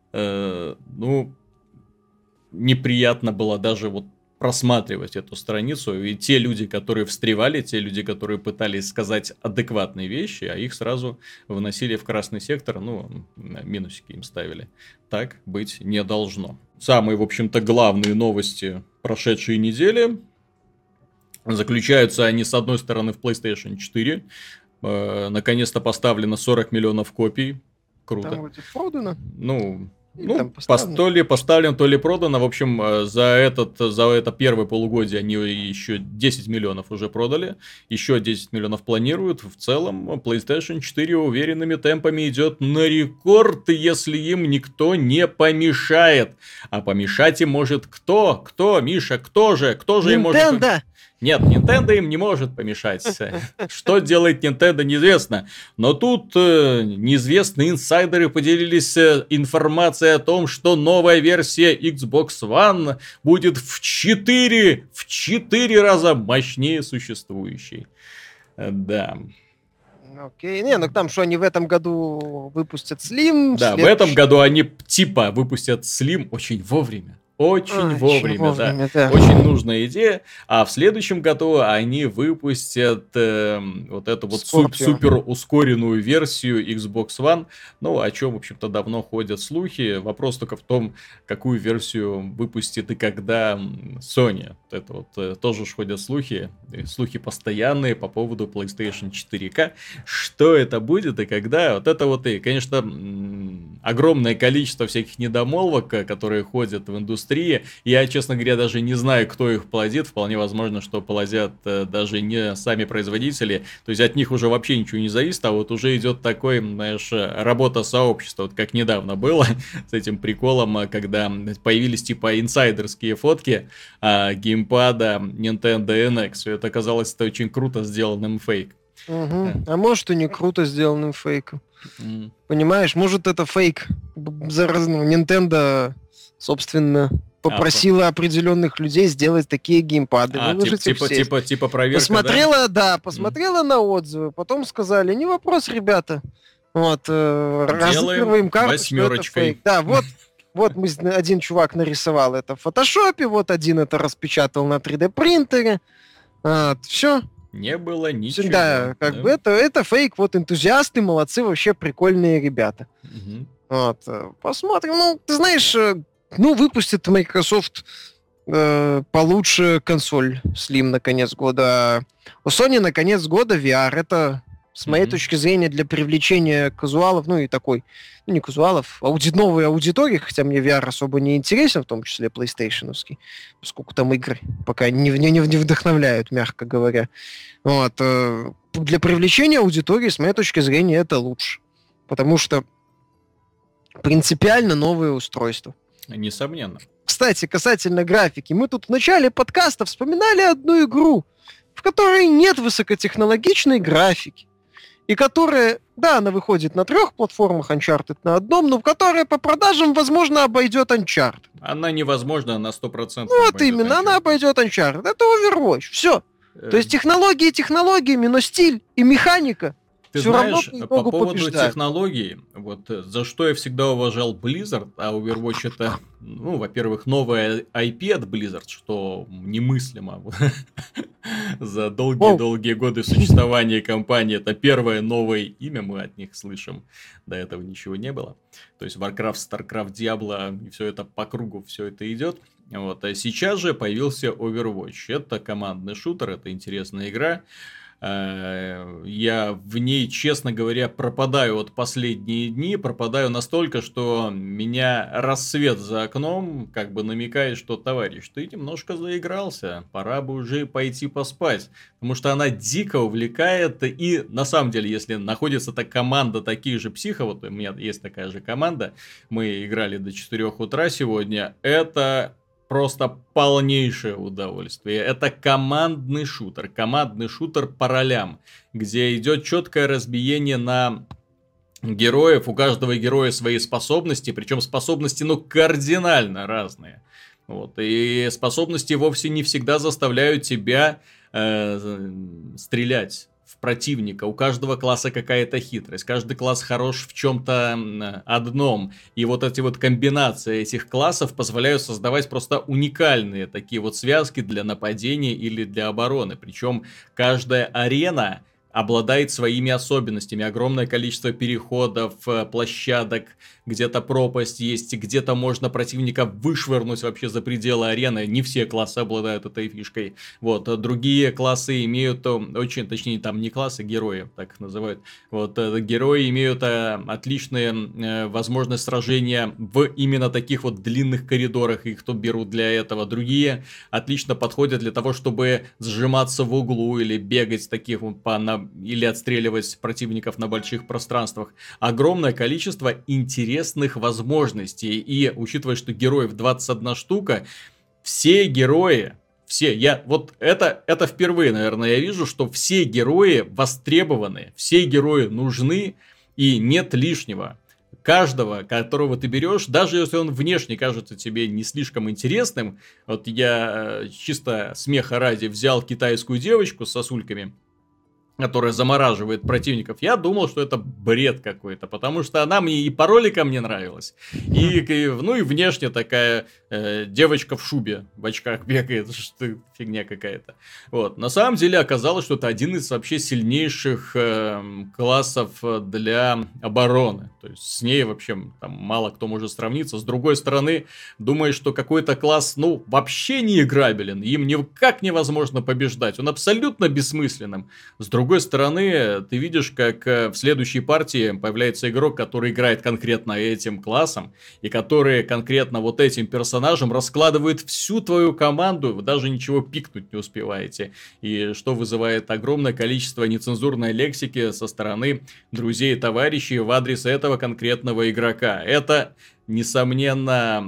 неприятно было даже вот просматривать эту страницу, и те люди, которые встревали, те люди, которые пытались сказать адекватные вещи, а их сразу выносили в красный сектор, минусики им ставили. Так быть не должно. Самые, в общем-то, главные новости прошедшей недели заключаются они, с одной стороны, в PlayStation 4. Наконец-то поставлено 40 миллионов копий. Круто. Там вроде продано. То ли поставлено, то ли продано. В общем, за это первое полугодие они еще 10 миллионов уже продали. Еще 10 миллионов планируют. В целом, PlayStation 4 уверенными темпами идет на рекорд, если им никто не помешает. А помешать им может кто? Кто, Миша? Кто же им может... Nintendo! Нет, Nintendo им не может помешать. Что делает Nintendo, неизвестно. Но тут неизвестные инсайдеры поделились информацией о том, что новая версия Xbox One будет в 4 раза мощнее существующей. Да. Окей. Там что, они в этом году выпустят Slim? Да, в этом году они выпустят Slim очень вовремя. Очень вовремя, да. Очень нужная идея. А в следующем году они выпустят вот эту вот супер ускоренную версию Xbox One. Ну, о чем, в общем-то, давно ходят слухи. Вопрос только в том, какую версию выпустит и когда Sony. Это вот тоже ходят слухи. Слухи постоянные по поводу PlayStation 4K. Что это будет и когда? Вот это вот и, конечно, огромное количество всяких недомолвок, которые ходят в индустрии. Я, честно говоря, даже не знаю, кто их плодит. Вполне возможно, что плодят даже не сами производители. То есть от них уже вообще ничего не зависит, а вот уже идет такой, знаешь, работа сообщества. Вот как недавно было с этим приколом, когда появились типа инсайдерские фотки геймпада Nintendo NX. Это оказалось очень круто сделанным фейк. А может и не круто сделанным фейком. Понимаешь, может это фейк. Nintendo, собственно, попросила определенных людей сделать такие геймпады. Типа проверка, посмотрела на отзывы, потом сказали, не вопрос, ребята. Вот, разыгрываем карту, что это фейк. Да, вот один чувак нарисовал это в фотошопе, вот один это распечатал на 3D принтере. Все. Не было ничего. Да, как бы это фейк, вот энтузиасты, молодцы, вообще прикольные ребята. Вот, посмотрим. Ну, ты знаешь, выпустит Microsoft получше консоль Slim на конец года. У Sony на конец года VR. Это, с моей точки зрения, для привлечения казуалов, ну и такой, не казуалов, новой аудитории, хотя мне VR особо не интересен, в том числе PlayStation-овский, поскольку там игры пока не вдохновляют, мягко говоря. Вот. Для привлечения аудитории, с моей точки зрения, это лучше. Потому что принципиально новые устройства. Несомненно. Кстати, касательно графики, мы тут в начале подкаста вспоминали одну игру, в которой нет высокотехнологичной графики, и которая, да, она выходит на 3 платформах, Uncharted на одном, но которая по продажам, возможно, обойдет Uncharted. Она невозможна на 100%. Вот именно, Uncharted. Она обойдет Uncharted. Это Overwatch, все. То есть технологии технологиями, но стиль и механика ты все знаешь, равно по поводу побеждают. технологий, вот за что я всегда уважал Blizzard, а Overwatch это, во-первых, новая IP от Blizzard, что немыслимо за долгие-долгие годы существования компании. Это первое новое имя, мы от них слышим. До этого ничего не было. То есть Warcraft, Starcraft, Diablo, и все это по кругу, все это идет. Вот. А сейчас же появился Overwatch. Это командный шутер, это интересная игра. Я в ней, честно говоря, пропадаю от последние дни. Пропадаю настолько, что меня рассвет за окном как бы намекает, что, товарищ, ты немножко заигрался. Пора бы уже пойти поспать. Потому что она дико увлекает. И на самом деле, если находится команда таких же психов, вот у меня есть такая же команда, мы играли до 4 утра сегодня, это просто полнейшее удовольствие. Это командный шутер по ролям, где идет четкое разбиение на героев. У каждого героя свои способности, причем способности, кардинально разные. Вот. И способности вовсе не всегда заставляют тебя стрелять в противника. У каждого класса какая-то хитрость. Каждый класс хорош в чем-то одном. И вот эти вот комбинации этих классов позволяют создавать просто уникальные такие вот связки для нападения или для обороны. Причем каждая арена обладает своими особенностями. Огромное количество переходов, площадок, где-то пропасть есть, где-то можно противника вышвырнуть вообще за пределы арены. Не все классы обладают этой фишкой. Вот. Другие классы имеют очень, точнее, там не классы, герои, так их называют. Вот. Герои имеют отличные возможность сражения в именно таких вот длинных коридорах. Их тут берут для этого. Другие отлично подходят для того, чтобы сжиматься в углу или бегать таких или отстреливать противников на больших пространствах. Огромное количество интересных возможностей. И учитывая, что героев 21 штука, все герои, это впервые, наверное, я вижу, что все герои востребованы, все герои нужны, и нет лишнего. Каждого, которого ты берешь, даже если он внешне кажется тебе не слишком интересным, вот я чисто смеха ради взял китайскую девочку с сосульками, которая замораживает противников, я думал, что это бред какой-то, потому что она мне и по роликам не нравилась, ну и внешне такая девочка в шубе, в очках бегает, что фигня какая-то. Вот. На самом деле оказалось, что это один из вообще сильнейших классов для обороны. То есть с ней вообще там мало кто может сравниться. С другой стороны, думаешь, что какой-то класс, ну, вообще не играбелен, им никак невозможно побеждать, он абсолютно бессмысленным. С другой стороны, ты видишь, как в следующей партии появляется игрок, который играет конкретно этим классом, и который конкретно вот этим персонажем раскладывает всю твою команду, вы даже ничего пикнуть не успеваете. И что вызывает огромное количество нецензурной лексики со стороны друзей и товарищей в адрес этого конкретного игрока. Это, несомненно,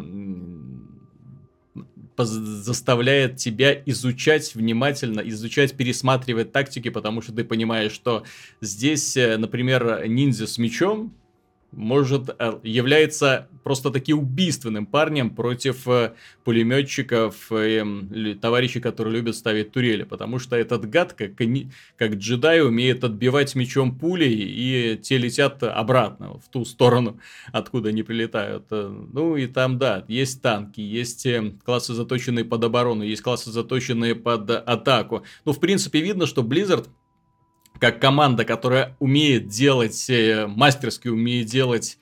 заставляет тебя изучать внимательно, пересматривать тактики, потому что ты понимаешь, что здесь, например, ниндзя с мечом является просто таки убийственным парнем против пулеметчиков и товарищей, которые любят ставить турели, потому что этот гад, как джедай, умеет отбивать мечом пули, и те летят обратно, в ту сторону, откуда они прилетают. Ну и там, да, есть танки, есть классы, заточенные под оборону, есть классы, заточенные под атаку. Ну, в принципе, видно, что Blizzard, как команда, которая умеет делать, мастерски умеет делать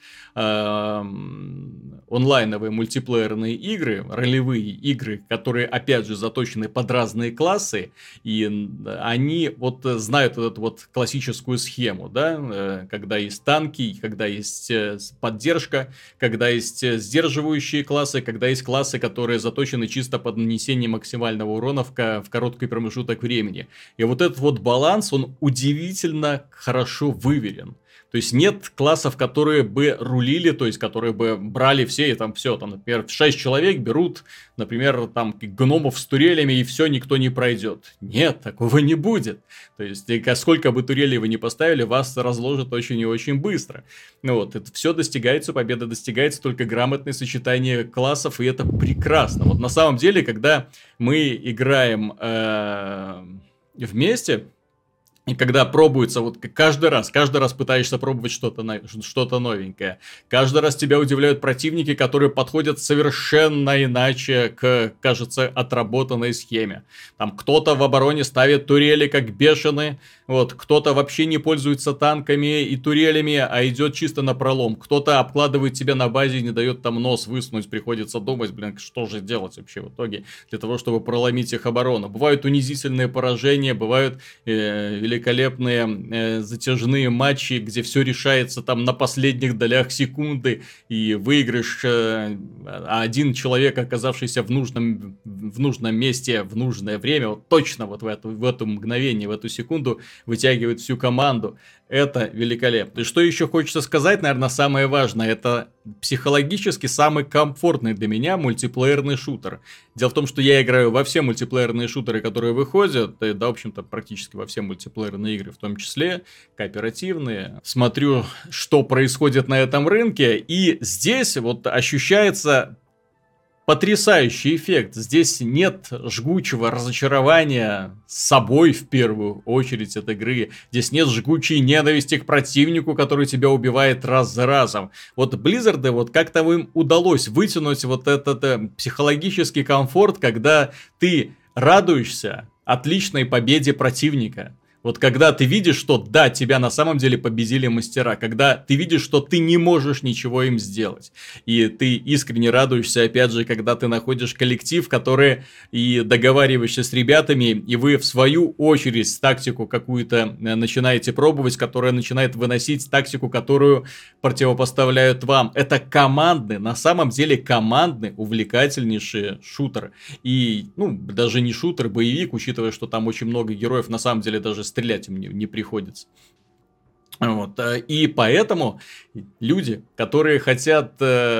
онлайновые мультиплеерные игры, ролевые игры, которые, опять же, заточены под разные классы, и они вот знают эту вот классическую схему, да, когда есть танки, когда есть поддержка, когда есть сдерживающие классы, когда есть классы, которые заточены чисто под нанесение максимального урона в короткий промежуток времени. И вот этот вот баланс, он удивительно хорошо выверен. То есть нет классов, которые бы рулили, то есть которые бы брали все, и там все, там, например, 6 человек берут, например, там гномов с турелями, и все, никто не пройдет. Нет, такого не будет. То есть сколько бы турелей вы ни поставили, вас разложат очень и очень быстро. Ну вот, это все достигается, победа достигается только грамотное сочетание классов, и это прекрасно. Вот на самом деле, когда мы играем вместе, и когда пробуется, вот каждый раз пытаешься пробовать что-то новенькое. Каждый раз тебя удивляют противники, которые подходят совершенно иначе к, кажется, отработанной схеме. Там кто-то в обороне ставит турели как бешеные, вот, кто-то вообще не пользуется танками и турелями, а идет чисто на пролом. Кто-то обкладывает тебя на базе и не дает там нос высунуть, приходится думать, блин, что же делать вообще в итоге для того, чтобы проломить их оборону. Бывают унизительные поражения, бывают великолепные затяжные матчи, где все решается там на последних долях секунды, и выигрыш, а один человек, оказавшийся в нужном месте в нужное время, вот точно вот в это мгновение, в эту секунду, вытягивает всю команду. Это великолепно. И что еще хочется сказать, наверное, самое важное, это психологически самый комфортный для меня мультиплеерный шутер. Дело в том, что я играю во все мультиплеерные шутеры, которые выходят, и, да, в общем-то, практически во все мультиплеерные игры, в том числе кооперативные. Смотрю, что происходит на этом рынке, и здесь вот ощущается потрясающий эффект. Здесь нет жгучего разочарования с собой в первую очередь от игры. Здесь нет жгучей ненависти к противнику, который тебя убивает раз за разом. Вот Blizzard, вот как-то им удалось вытянуть вот этот психологический комфорт, когда ты радуешься отличной победе противника. Вот когда ты видишь, что да, тебя на самом деле победили мастера, когда ты видишь, что ты не можешь ничего им сделать, и ты искренне радуешься, опять же, когда ты находишь коллектив, который и договариваешься с ребятами, и вы в свою очередь тактику какую-то начинаете пробовать, которая начинает выносить тактику, которую противопоставляют вам. Это командный, на самом деле командный, увлекательнейший шутер. И, ну, даже не шутер, боевик, учитывая, что там очень много героев, на самом деле даже стрелять им не приходится. Вот. И поэтому люди, которые хотят,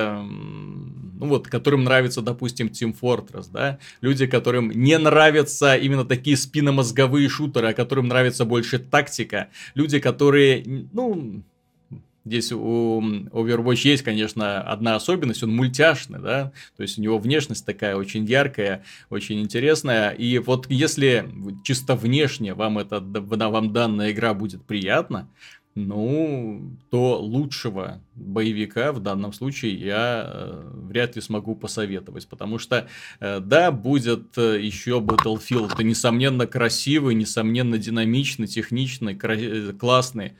ну вот, которым нравится, допустим, Team Fortress, да, люди, которым не нравятся именно такие спинномозговые шутеры, а которым нравится больше тактика, люди, которые, ну, Здесь у Overwatch есть, конечно, одна особенность, он мультяшный, да, то есть у него внешность такая очень яркая, очень интересная, и вот если чисто внешне вам данная игра будет приятна, ну, то лучшего боевика в данном случае я вряд ли смогу посоветовать, потому что, да, будет еще Battlefield, это несомненно красивый, несомненно динамичный, техничный, классный,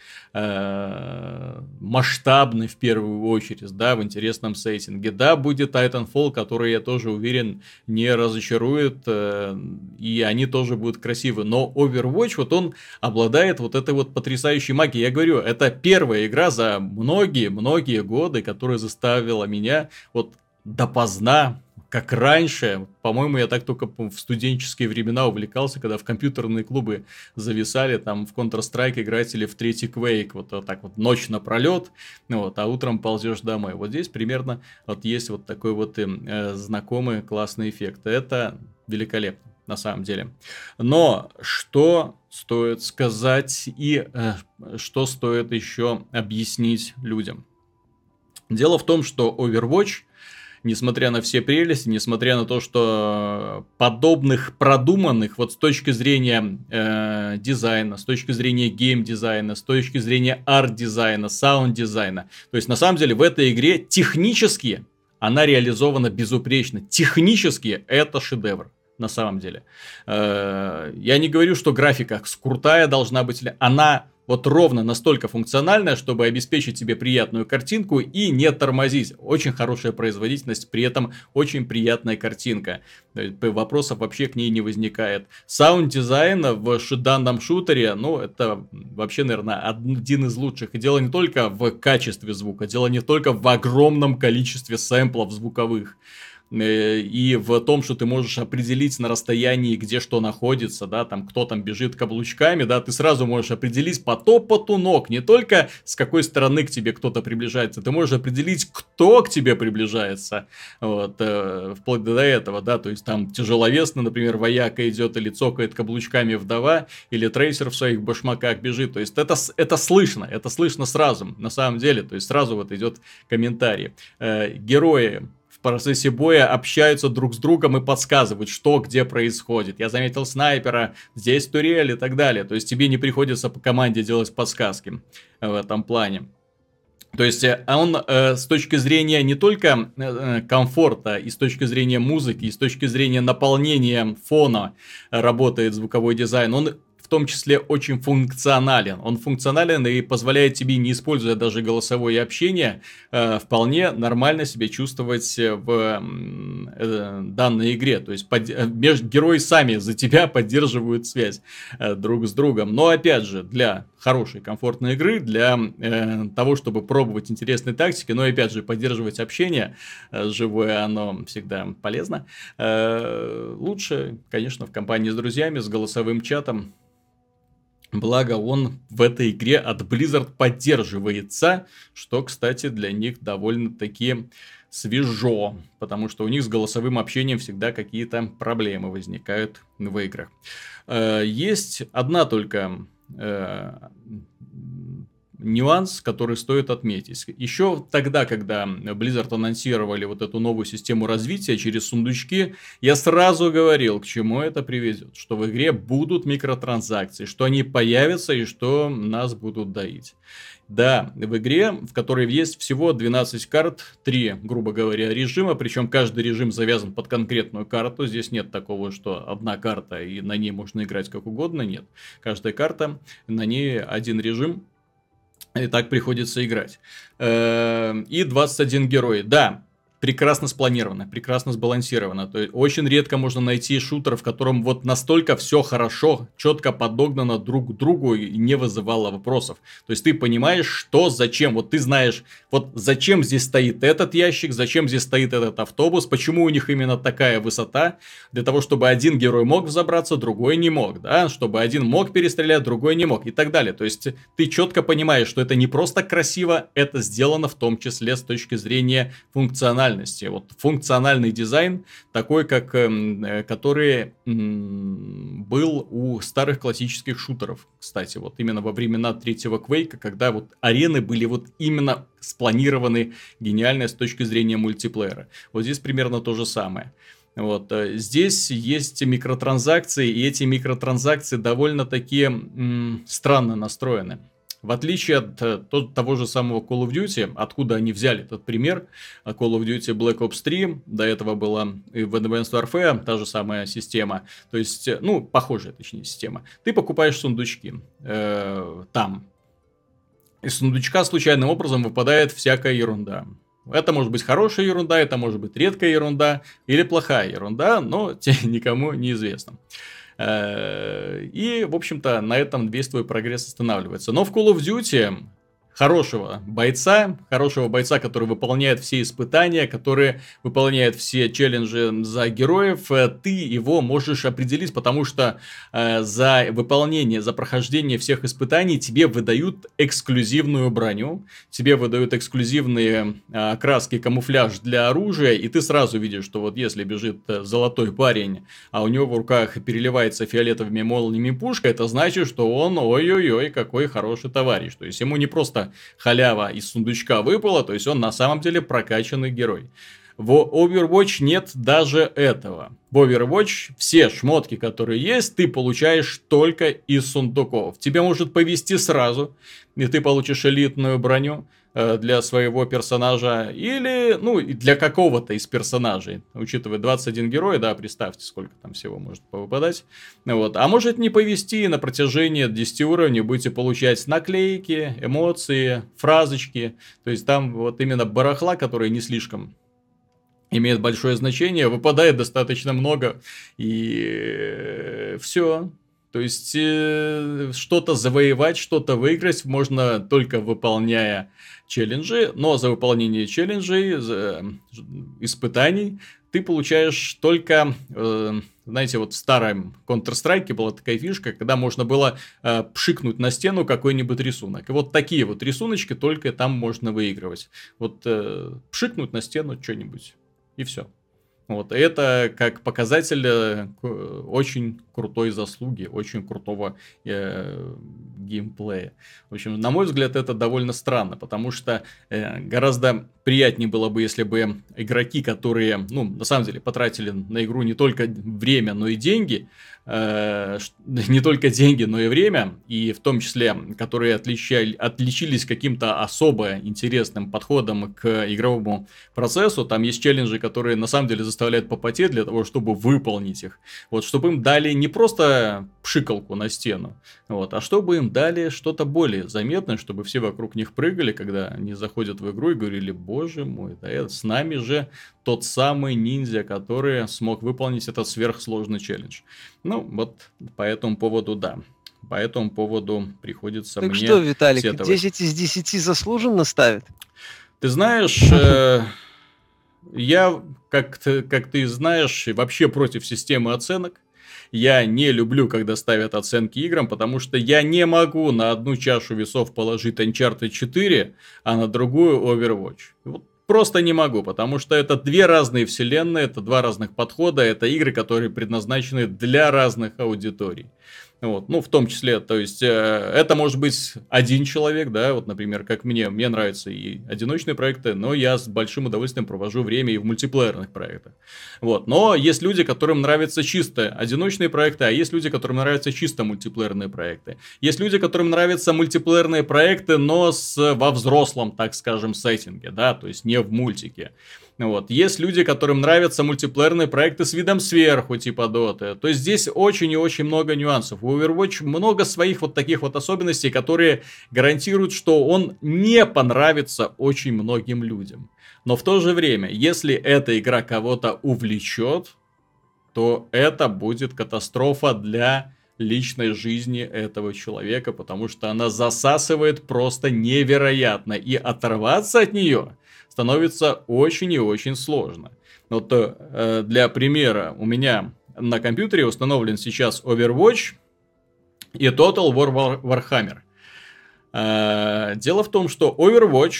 масштабный в первую очередь, да, в интересном сеттинге. Да, будет Titanfall, который, я тоже уверен, не разочарует, и они тоже будут красивы, но Overwatch, вот он обладает вот этой вот потрясающей магией. Я говорю, это первая игра за многие годы, которая заставила меня вот допоздна, как раньше, по-моему, я так только в студенческие времена увлекался, когда в компьютерные клубы зависали, там в Counter-Strike играть или в третий Quake, вот так вот ночь напролет, вот, а утром ползешь домой. Вот здесь примерно вот есть вот такой вот знакомый классный эффект. Это великолепно. На самом деле. Но что стоит сказать и что стоит еще объяснить людям? Дело в том, что Overwatch, несмотря на все прелести, несмотря на то, что подобных продуманных вот с точки зрения дизайна, с точки зрения геймдизайна, с точки зрения арт-дизайна, саунд-дизайна, то есть на самом деле в этой игре технически она реализована безупречно. Технически это шедевр. На самом деле. Я не говорю, что графика крутая должна быть. Она вот ровно настолько функциональная, чтобы обеспечить тебе приятную картинку и не тормозить. Очень хорошая производительность, при этом очень приятная картинка. Вопросов вообще к ней не возникает. Саунд-дизайн в данном шутере, ну, это вообще, наверное, один из лучших. И дело не только в качестве звука, дело не только в огромном количестве сэмплов звуковых. И в том, что ты можешь определить на расстоянии, где что находится, да, там, кто там бежит каблучками, да, ты сразу можешь определить по топоту ног, не только с какой стороны к тебе кто-то приближается, ты можешь определить, кто к тебе приближается, вот, вплоть до этого, да, то есть там тяжеловесно, например, вояка идет или цокает каблучками вдова, или трейсер в своих башмаках бежит, то есть это слышно сразу, на самом деле, то есть сразу вот идет комментарий. Герои в процессе боя общаются друг с другом и подсказывают, что где происходит. Я заметил снайпера, здесь турель и так далее. То есть тебе не приходится по команде делать подсказки в этом плане. То есть он с точки зрения не только комфорта, и с точки зрения музыки, и с точки зрения наполнения фона работает звуковой дизайн, он в том числе очень функционален. Он функционален и позволяет тебе, не используя даже голосовое общение, вполне нормально себя чувствовать в данной игре. То есть герои сами за тебя поддерживают связь друг с другом. Но опять же, для хорошей, комфортной игры, для того, чтобы пробовать интересные тактики, но опять же, поддерживать общение живое, оно всегда полезно. Лучше, конечно, в компании с друзьями, с голосовым чатом. Благо он в этой игре от Blizzard поддерживается, что, кстати, для них довольно-таки свежо, потому что у них с голосовым общением всегда какие-то проблемы возникают в играх. Есть одна только нюанс, который стоит отметить. Еще тогда, когда Blizzard анонсировали вот эту новую систему развития через сундучки, я сразу говорил, к чему это приведет. Что в игре будут микротранзакции, что они появятся и что нас будут доить. Да, в игре, в которой есть всего 12 карт, 3, грубо говоря, режима, причем каждый режим завязан под конкретную карту. Здесь нет такого, что одна карта и на ней можно играть как угодно, нет. Каждая карта, на ней один режим. И так приходится играть. И 21 герой. Да, прекрасно спланировано, прекрасно сбалансировано. То есть очень редко можно найти шутер, в котором вот настолько все хорошо, четко подогнано друг к другу и не вызывало вопросов. То есть ты понимаешь, что, зачем. Вот ты знаешь, вот зачем здесь стоит этот ящик, зачем здесь стоит этот автобус, почему у них именно такая высота. Для того, чтобы один герой мог взобраться, другой не мог. Да? Чтобы один мог перестрелять, другой не мог. И так далее. То есть ты четко понимаешь, что это не просто красиво, это сделано в том числе с точки зрения функциональности. функциональности. Вот функциональный дизайн такой, который был у старых классических шутеров, кстати. Вот именно во времена третьего Quake, когда вот арены были вот именно спланированы гениально с точки зрения мультиплеера. Вот здесь примерно то же самое. Вот. Здесь есть микротранзакции, и эти микротранзакции довольно-таки странно настроены. В отличие от того же самого Call of Duty, откуда они взяли этот пример, Call of Duty Black Ops 3, до этого была и в Advanced Warfare та же самая система, то есть, ну, похожая, точнее, система. Ты покупаешь сундучки там. Из сундучка случайным образом выпадает всякая ерунда. Это может быть хорошая ерунда, это может быть редкая ерунда или плохая ерунда, но никому не известно. И, в общем-то, на этом весь твой прогресс останавливается. Но в Call of Duty хорошего бойца, который выполняет все испытания, который выполняет все челленджи за героев, ты его можешь определить, потому что за выполнение, за прохождение всех испытаний тебе выдают эксклюзивную броню, тебе выдают эксклюзивные краски, камуфляж для оружия, и ты сразу видишь, что вот если бежит золотой парень, а у него в руках переливается фиолетовыми молниями пушка, это значит, что он, ой-ой-ой, какой хороший товарищ. То есть ему не просто халява из сундучка выпала, то есть он на самом деле прокачанный герой. В Overwatch нет даже этого. В Overwatch все шмотки, которые есть, ты получаешь только из сундуков. Тебе может повезти сразу, и ты получишь элитную броню для своего персонажа, или, ну, для какого-то из персонажей. Учитывая 21 герой, да, представьте, сколько там всего может повыпадать. Вот. А может не повезти, и на протяжении 10 уровней будете получать наклейки, эмоции, фразочки. То есть там вот именно барахла, которые не слишком имеет большое значение, выпадает достаточно много, и все. То есть что-то завоевать, что-то выиграть можно только выполняя челленджи, но за выполнение челленджей, испытаний ты получаешь только, знаете, вот в старом Counter-Strike была такая фишка, когда можно было пшикнуть на стену какой-нибудь рисунок. И вот такие вот рисуночки только там можно выигрывать. Вот пшикнуть на стену что-нибудь. И все. Вот. Это как показатель очень крутой заслуги, очень крутого геймплея. В общем, на мой взгляд, это довольно странно, потому что гораздо приятнее было бы, если бы игроки, которые, ну, на самом деле, потратили на игру не только время, но и деньги, не только деньги, но и время, и в том числе, которые отличились каким-то особо интересным подходом к игровому процессу. Там есть челленджи, которые на самом деле заставляют попотеть для того, чтобы выполнить их. Вот, чтобы им дали не просто пшикалку на стену, вот, а чтобы им дали что-то более заметное, чтобы все вокруг них прыгали, когда они заходят в игру и говорили: боже мой, да это с нами же тот самый ниндзя, который смог выполнить этот сверхсложный челлендж. Ну, вот по этому поводу, да. По этому поводу приходится так мне что, Виталик, сетовать. 10 из 10 заслуженно ставит? Ты знаешь, я, как ты знаешь, вообще против системы оценок. Я не люблю, когда ставят оценки играм, потому что я не могу на одну чашу весов положить Uncharted 4, а на другую Overwatch. Вот просто не могу, потому что это две разные вселенные, это два разных подхода, это игры, которые предназначены для разных аудиторий. Вот. Ну, в том числе, то есть, это может быть один человек, да, вот, например, как мне нравятся и одиночные проекты, но я с большим удовольствием провожу время и в мультиплеерных проектах. Вот. Но есть люди, которым нравятся чисто одиночные проекты, а есть люди, которым нравятся чисто мультиплеерные проекты. Есть люди, которым нравятся мультиплеерные проекты, но во взрослом, так скажем, сеттинге, да, то есть не в мультике. Вот. Есть люди, которым нравятся мультиплеерные проекты с видом сверху, типа Dota. То есть здесь очень и очень много нюансов. У Overwatch много своих вот таких вот особенностей, которые гарантируют, что он не понравится очень многим людям. Но в то же время, если эта игра кого-то увлечет, то это будет катастрофа для личной жизни этого человека, потому что она засасывает просто невероятно, и оторваться от нее становится очень и очень сложно. Вот для примера, у меня на компьютере установлен сейчас Overwatch и Total War Warhammer. Дело в том, что Overwatch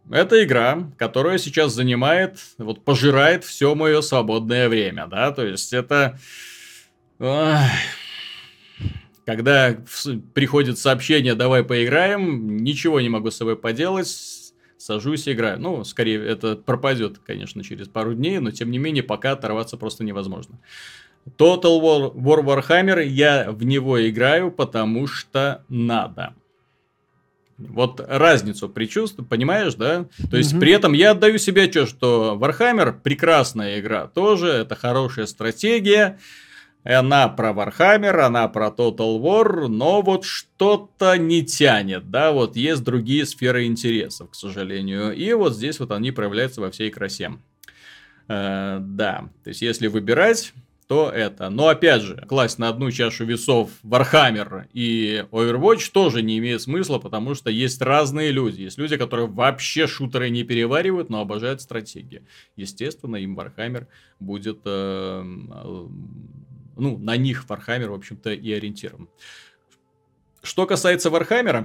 Это игра, которая сейчас занимает, вот пожирает все мое свободное время, да, то есть это... ах, когда приходит сообщение «давай поиграем», ничего не могу с собой поделать, сажусь и играю. Ну, скорее, это пропадет, конечно, через пару дней, но тем не менее, пока оторваться просто невозможно. Total War Warhammer, я в него играю, потому что надо. Вот разницу предчувствую, понимаешь, да? То есть, при этом я отдаю себе отчет, что Warhammer прекрасная игра тоже, это хорошая стратегия. Она про Warhammer, она про Total War, но вот что-то не тянет, да, вот есть другие сферы интересов, к сожалению, и вот здесь вот они проявляются во всей красе. Да, то есть если выбирать, то это. Но опять же, класть на одну чашу весов Warhammer и Overwatch тоже не имеет смысла, потому что есть разные люди. Есть люди, которые вообще шутеры не переваривают, но обожают стратегии. Естественно, им Warhammer будет... ну, на них Warhammer, в общем-то, и ориентирован. Что касается Warhammer,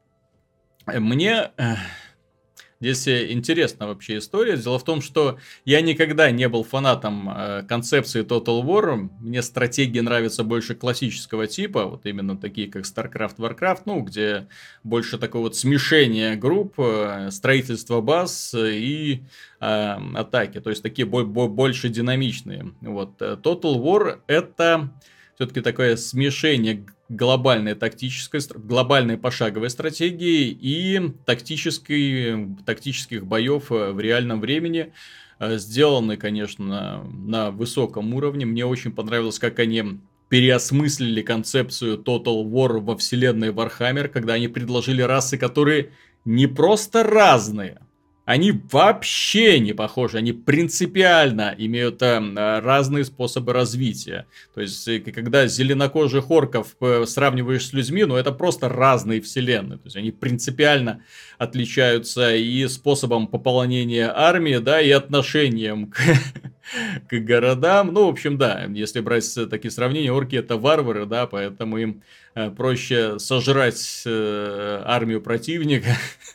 мне здесь интересна вообще история. Дело в том, что я никогда не был фанатом концепции Total War. Мне стратегии нравятся больше классического типа, вот именно такие, как StarCraft, Warcraft, ну, где больше такое вот смешение групп, строительство баз и атаки, то есть такие больше динамичные. Вот. Total War это все-таки такое смешение глобальной тактической, глобальной пошаговой стратегии и тактических боев в реальном времени. Сделаны, конечно, на высоком уровне. Мне очень понравилось, как они переосмыслили концепцию Total War во вселенной Warhammer, когда они предложили расы, которые не просто разные, они вообще не похожи, они принципиально имеют разные способы развития. То есть, когда зеленокожих орков сравниваешь с людьми, ну это просто разные вселенные. То есть, они принципиально отличаются и способом пополнения армии, да, и отношением к городам. Ну, в общем, да, если брать такие сравнения, орки это варвары, да, поэтому им проще сожрать армию противника.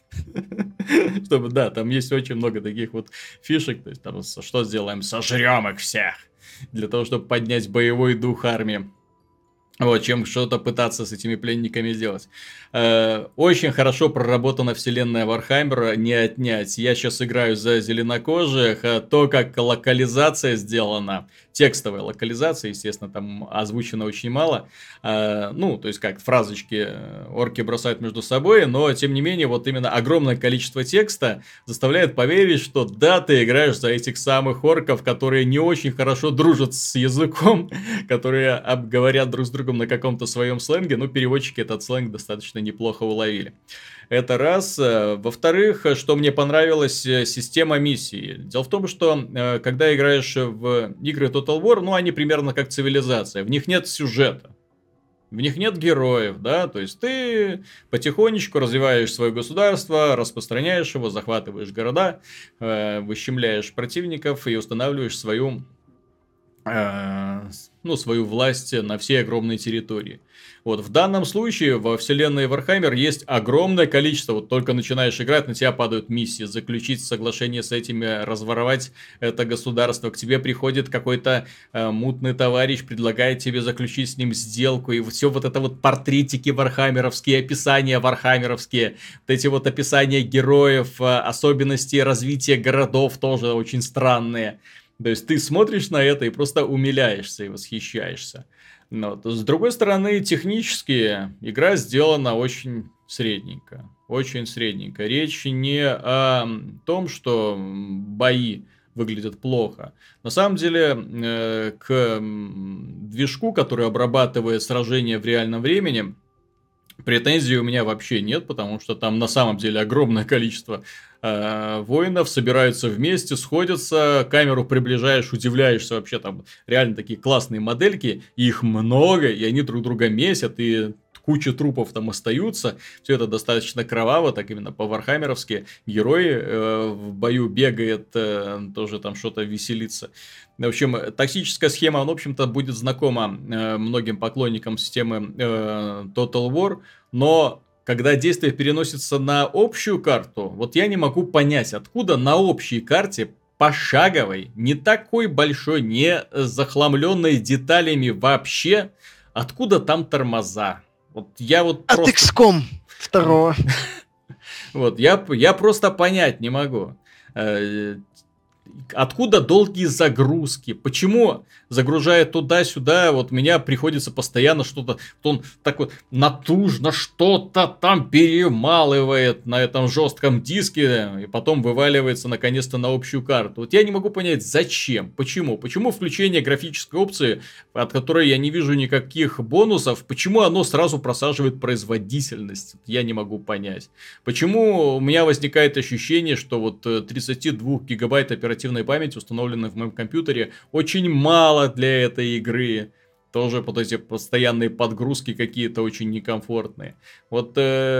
Чтобы, да, там есть очень много таких вот фишек. То есть, там, что сделаем? Сожрем их всех. Для того, чтобы поднять боевой дух армии. Вот, чем что-то пытаться с этими пленниками сделать. Очень хорошо проработана вселенная Warhammer, не отнять. Я сейчас играю за зеленокожих. То, как локализация сделана, текстовая локализация, естественно, там озвучено очень мало. Ну, то есть, как фразочки орки бросают между собой, но, тем не менее, вот именно огромное количество текста заставляет поверить, что да, ты играешь за этих самых орков, которые не очень хорошо дружат с языком, которые говорят друг с другом на каком-то своем сленге, но переводчики этот сленг достаточно неплохо уловили. Это раз. Во-вторых, что мне понравилось, система миссий. Дело в том, что когда играешь в игры Total War, ну, они примерно как цивилизация. В них нет сюжета. В них нет героев, да, то есть ты потихонечку развиваешь свое государство, распространяешь его, захватываешь города, выщемляешь противников и устанавливаешь свою свою власть на всей огромной территории. Вот в данном случае во вселенной Warhammer есть огромное количество, вот только начинаешь играть, на тебя падают миссии, заключить соглашение с этими, разворовать это государство, к тебе приходит какой-то мутный товарищ, предлагает тебе заключить с ним сделку, и все вот это вот портретики вархаммеровские, описания вархаммеровские, вот эти вот описания героев, особенности развития городов тоже очень странные. То есть ты смотришь на это и просто умиляешься и восхищаешься. Но с другой стороны, технически игра сделана очень средненько. Очень средненько. Речь не о том, что бои выглядят плохо. На самом деле, к движку, который обрабатывает сражения в реальном времени, претензий у меня вообще нет, потому что там на самом деле огромное количество воинов собираются вместе, сходятся, камеру приближаешь, удивляешься, вообще там реально такие классные модельки, их много, и они друг друга месят, и куча трупов там остаются, все это достаточно кроваво, так именно по-вархаммеровски, герой в бою бегает, тоже там что-то веселится. В общем, тактическая схема, в общем-то, будет знакома многим поклонникам системы Total War, но когда действие переносится на общую карту, вот я не могу понять, откуда на общей карте пошаговой, не такой большой, не захламленной деталями вообще, откуда там тормоза. Вот я вот От просто... XCOM 2. Вот, я просто понять не могу. Откуда долгие загрузки? Почему, загружая туда-сюда, вот меня приходится постоянно что-то... Он так вот натужно что-то там перемалывает на этом жестком диске, и потом вываливается наконец-то на общую карту. Вот я не могу понять, зачем, почему. Почему включение графической опции, от которой я не вижу никаких бонусов, почему оно сразу просаживает производительность? Я не могу понять. Почему у меня возникает ощущение, что вот 32 гигабайт оперативной памяти, установленной в моем компьютере, очень мало для этой игры. Тоже вот эти постоянные подгрузки какие-то очень некомфортные. Вот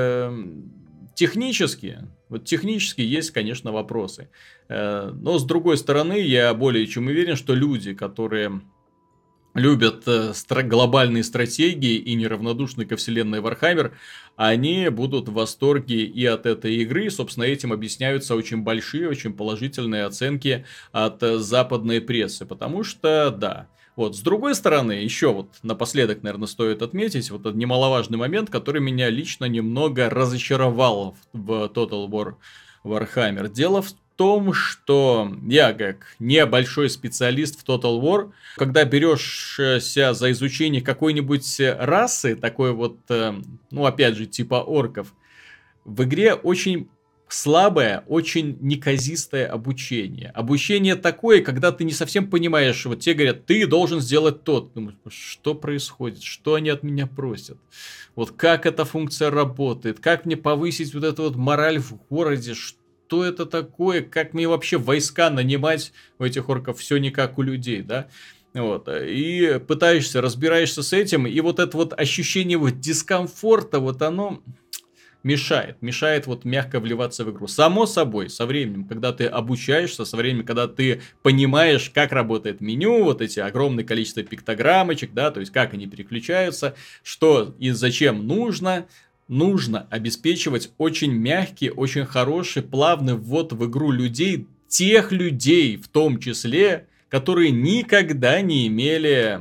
технически есть, конечно, вопросы. Но с другой стороны, я более чем уверен, что люди, которые любят глобальные стратегии и неравнодушны ко вселенной Warhammer, они будут в восторге и от этой игры. Собственно, этим объясняются очень большие, очень положительные оценки от западной прессы. Потому что, да. Вот, с другой стороны, еще вот напоследок, наверное, стоит отметить вот этот немаловажный момент, который меня лично немного разочаровал в Total War Warhammer. Дело в том, что я, как небольшой специалист в Total War, когда берешься за изучение какой-нибудь расы, такой вот, ну, опять же, типа орков, в игре очень слабое, очень неказистое обучение. Обучение такое, когда ты не совсем понимаешь, вот тебе говорят, ты должен сделать то. Думаешь, что происходит, что они от меня просят? Вот как эта функция работает, как мне повысить вот эту вот мораль в городе, что это такое, как мне вообще войска нанимать у этих орков, все не как у людей, да? Вот. И пытаешься, разбираешься с этим, и вот это вот ощущение вот дискомфорта, вот оно мешает вот мягко вливаться в игру. Само собой, со временем, когда ты обучаешься, со временем, когда ты понимаешь, как работает меню, вот эти огромное количество пиктограммочек, да, то есть как они переключаются, что и зачем нужно обеспечивать очень мягкий, очень хороший, плавный ввод в игру людей, тех людей в том числе, которые никогда не имели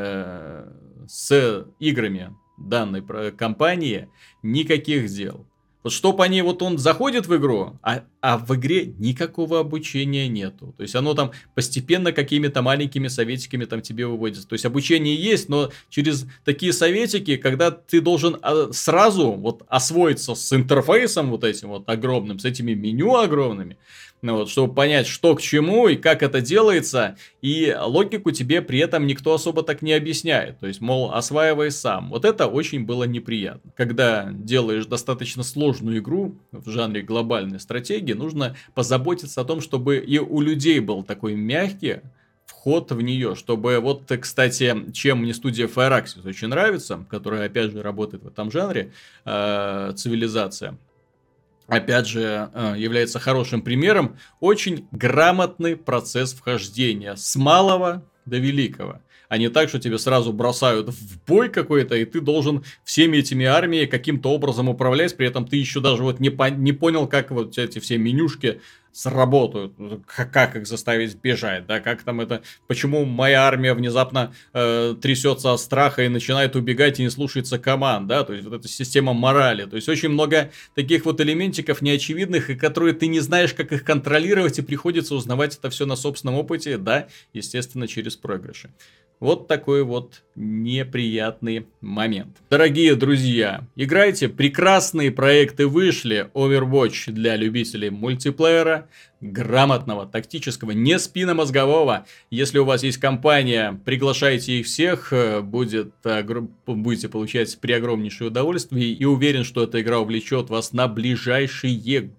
с играми данной компании никаких дел. Вот чтоб они, вот он заходит в игру, а в игре никакого обучения нету. То есть оно там постепенно какими-то маленькими советиками там тебе выводится. То есть обучение есть, но через такие советики, когда ты должен сразу вот освоиться с интерфейсом вот этим вот огромным, с этими меню огромными, ну вот, чтобы понять, что к чему и как это делается, и логику тебе при этом никто особо так не объясняет. То есть, мол, осваивай сам. Вот это очень было неприятно. Когда делаешь достаточно сложную игру в жанре глобальной стратегии, нужно позаботиться о том, чтобы и у людей был такой мягкий вход в нее, чтобы вот, кстати, чем мне студия Firaxis очень нравится, которая, опять же, работает в этом жанре, цивилизация, опять же, является хорошим примером, очень грамотный процесс вхождения с малого до великого. А не так, что тебе сразу бросают в бой какой-то, и ты должен всеми этими армиями каким-то образом управлять, при этом ты еще даже вот не понял, как вот эти все менюшки сработают, как их заставить бежать, да, как там это, почему моя армия внезапно трясется от страха и начинает убегать и не слушается команд, да, то есть вот эта система морали, то есть очень много таких вот элементиков неочевидных, и которые ты не знаешь, как их контролировать, и приходится узнавать это все на собственном опыте, да, естественно, через проигрыши. Вот такой вот неприятный момент. Дорогие друзья, играйте, прекрасные проекты вышли. Overwatch для любителей мультиплеера, грамотного, тактического, не спинномозгового. Если у вас есть компания, приглашайте их всех, будете получать преогромнейшее удовольствие. И уверен, что эта игра увлечет вас на ближайшие,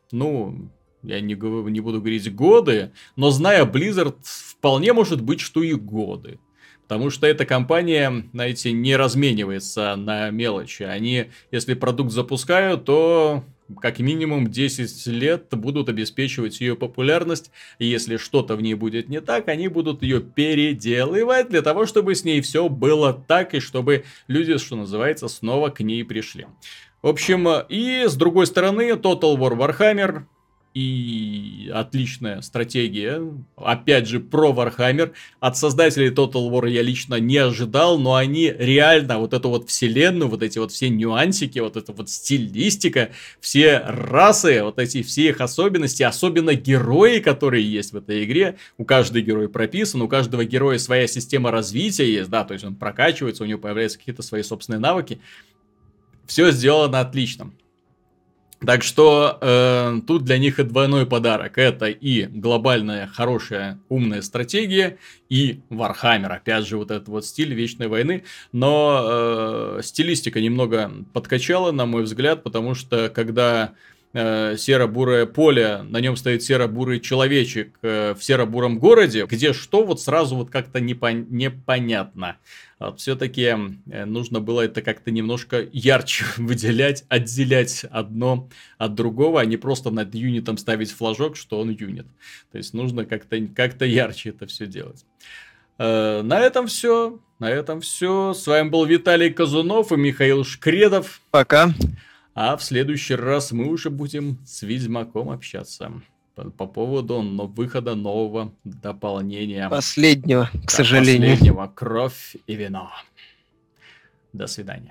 я не буду говорить годы, но зная Blizzard, вполне может быть, что и годы. Потому что эта компания, знаете, не разменивается на мелочи. Они, если продукт запускают, то как минимум 10 лет будут обеспечивать ее популярность. И если что-то в ней будет не так, они будут ее переделывать для того, чтобы с ней все было так, и чтобы люди, что называется, снова к ней пришли. В общем, и с другой стороны, Total War Warhammer. И отличная стратегия. Опять же, про Warhammer. От создателей Total War я лично не ожидал, но они реально вот эту вот вселенную, вот эти вот все нюансики, вот эта вот стилистика, все расы, вот эти все их особенности, особенно герои, которые есть в этой игре. У каждого героя прописан, у каждого героя своя система развития есть, да, то есть он прокачивается, у него появляются какие-то свои собственные навыки. Все сделано отлично. Так что тут для них и двойной подарок. Это и глобальная, хорошая, умная стратегия, и Warhammer. Опять же, вот этот вот стиль Вечной войны. Но стилистика немного подкачала, на мой взгляд, потому что когда серо-бурое поле, на нем стоит серо-бурый человечек в серо-буром городе, где что, вот сразу вот как-то непонятно. Вот все-таки нужно было это как-то немножко ярче выделять, отделять одно от другого, а не просто над юнитом ставить флажок, что он юнит. То есть нужно как-то ярче это все делать. На этом все. На этом все. С вами был Виталий Казунов и Михаил Шкредов. Пока. А в следующий раз мы уже будем с Ведьмаком общаться по поводу выхода нового дополнения. Последнего, к сожалению. Последнего. Кровь и вино. До свидания.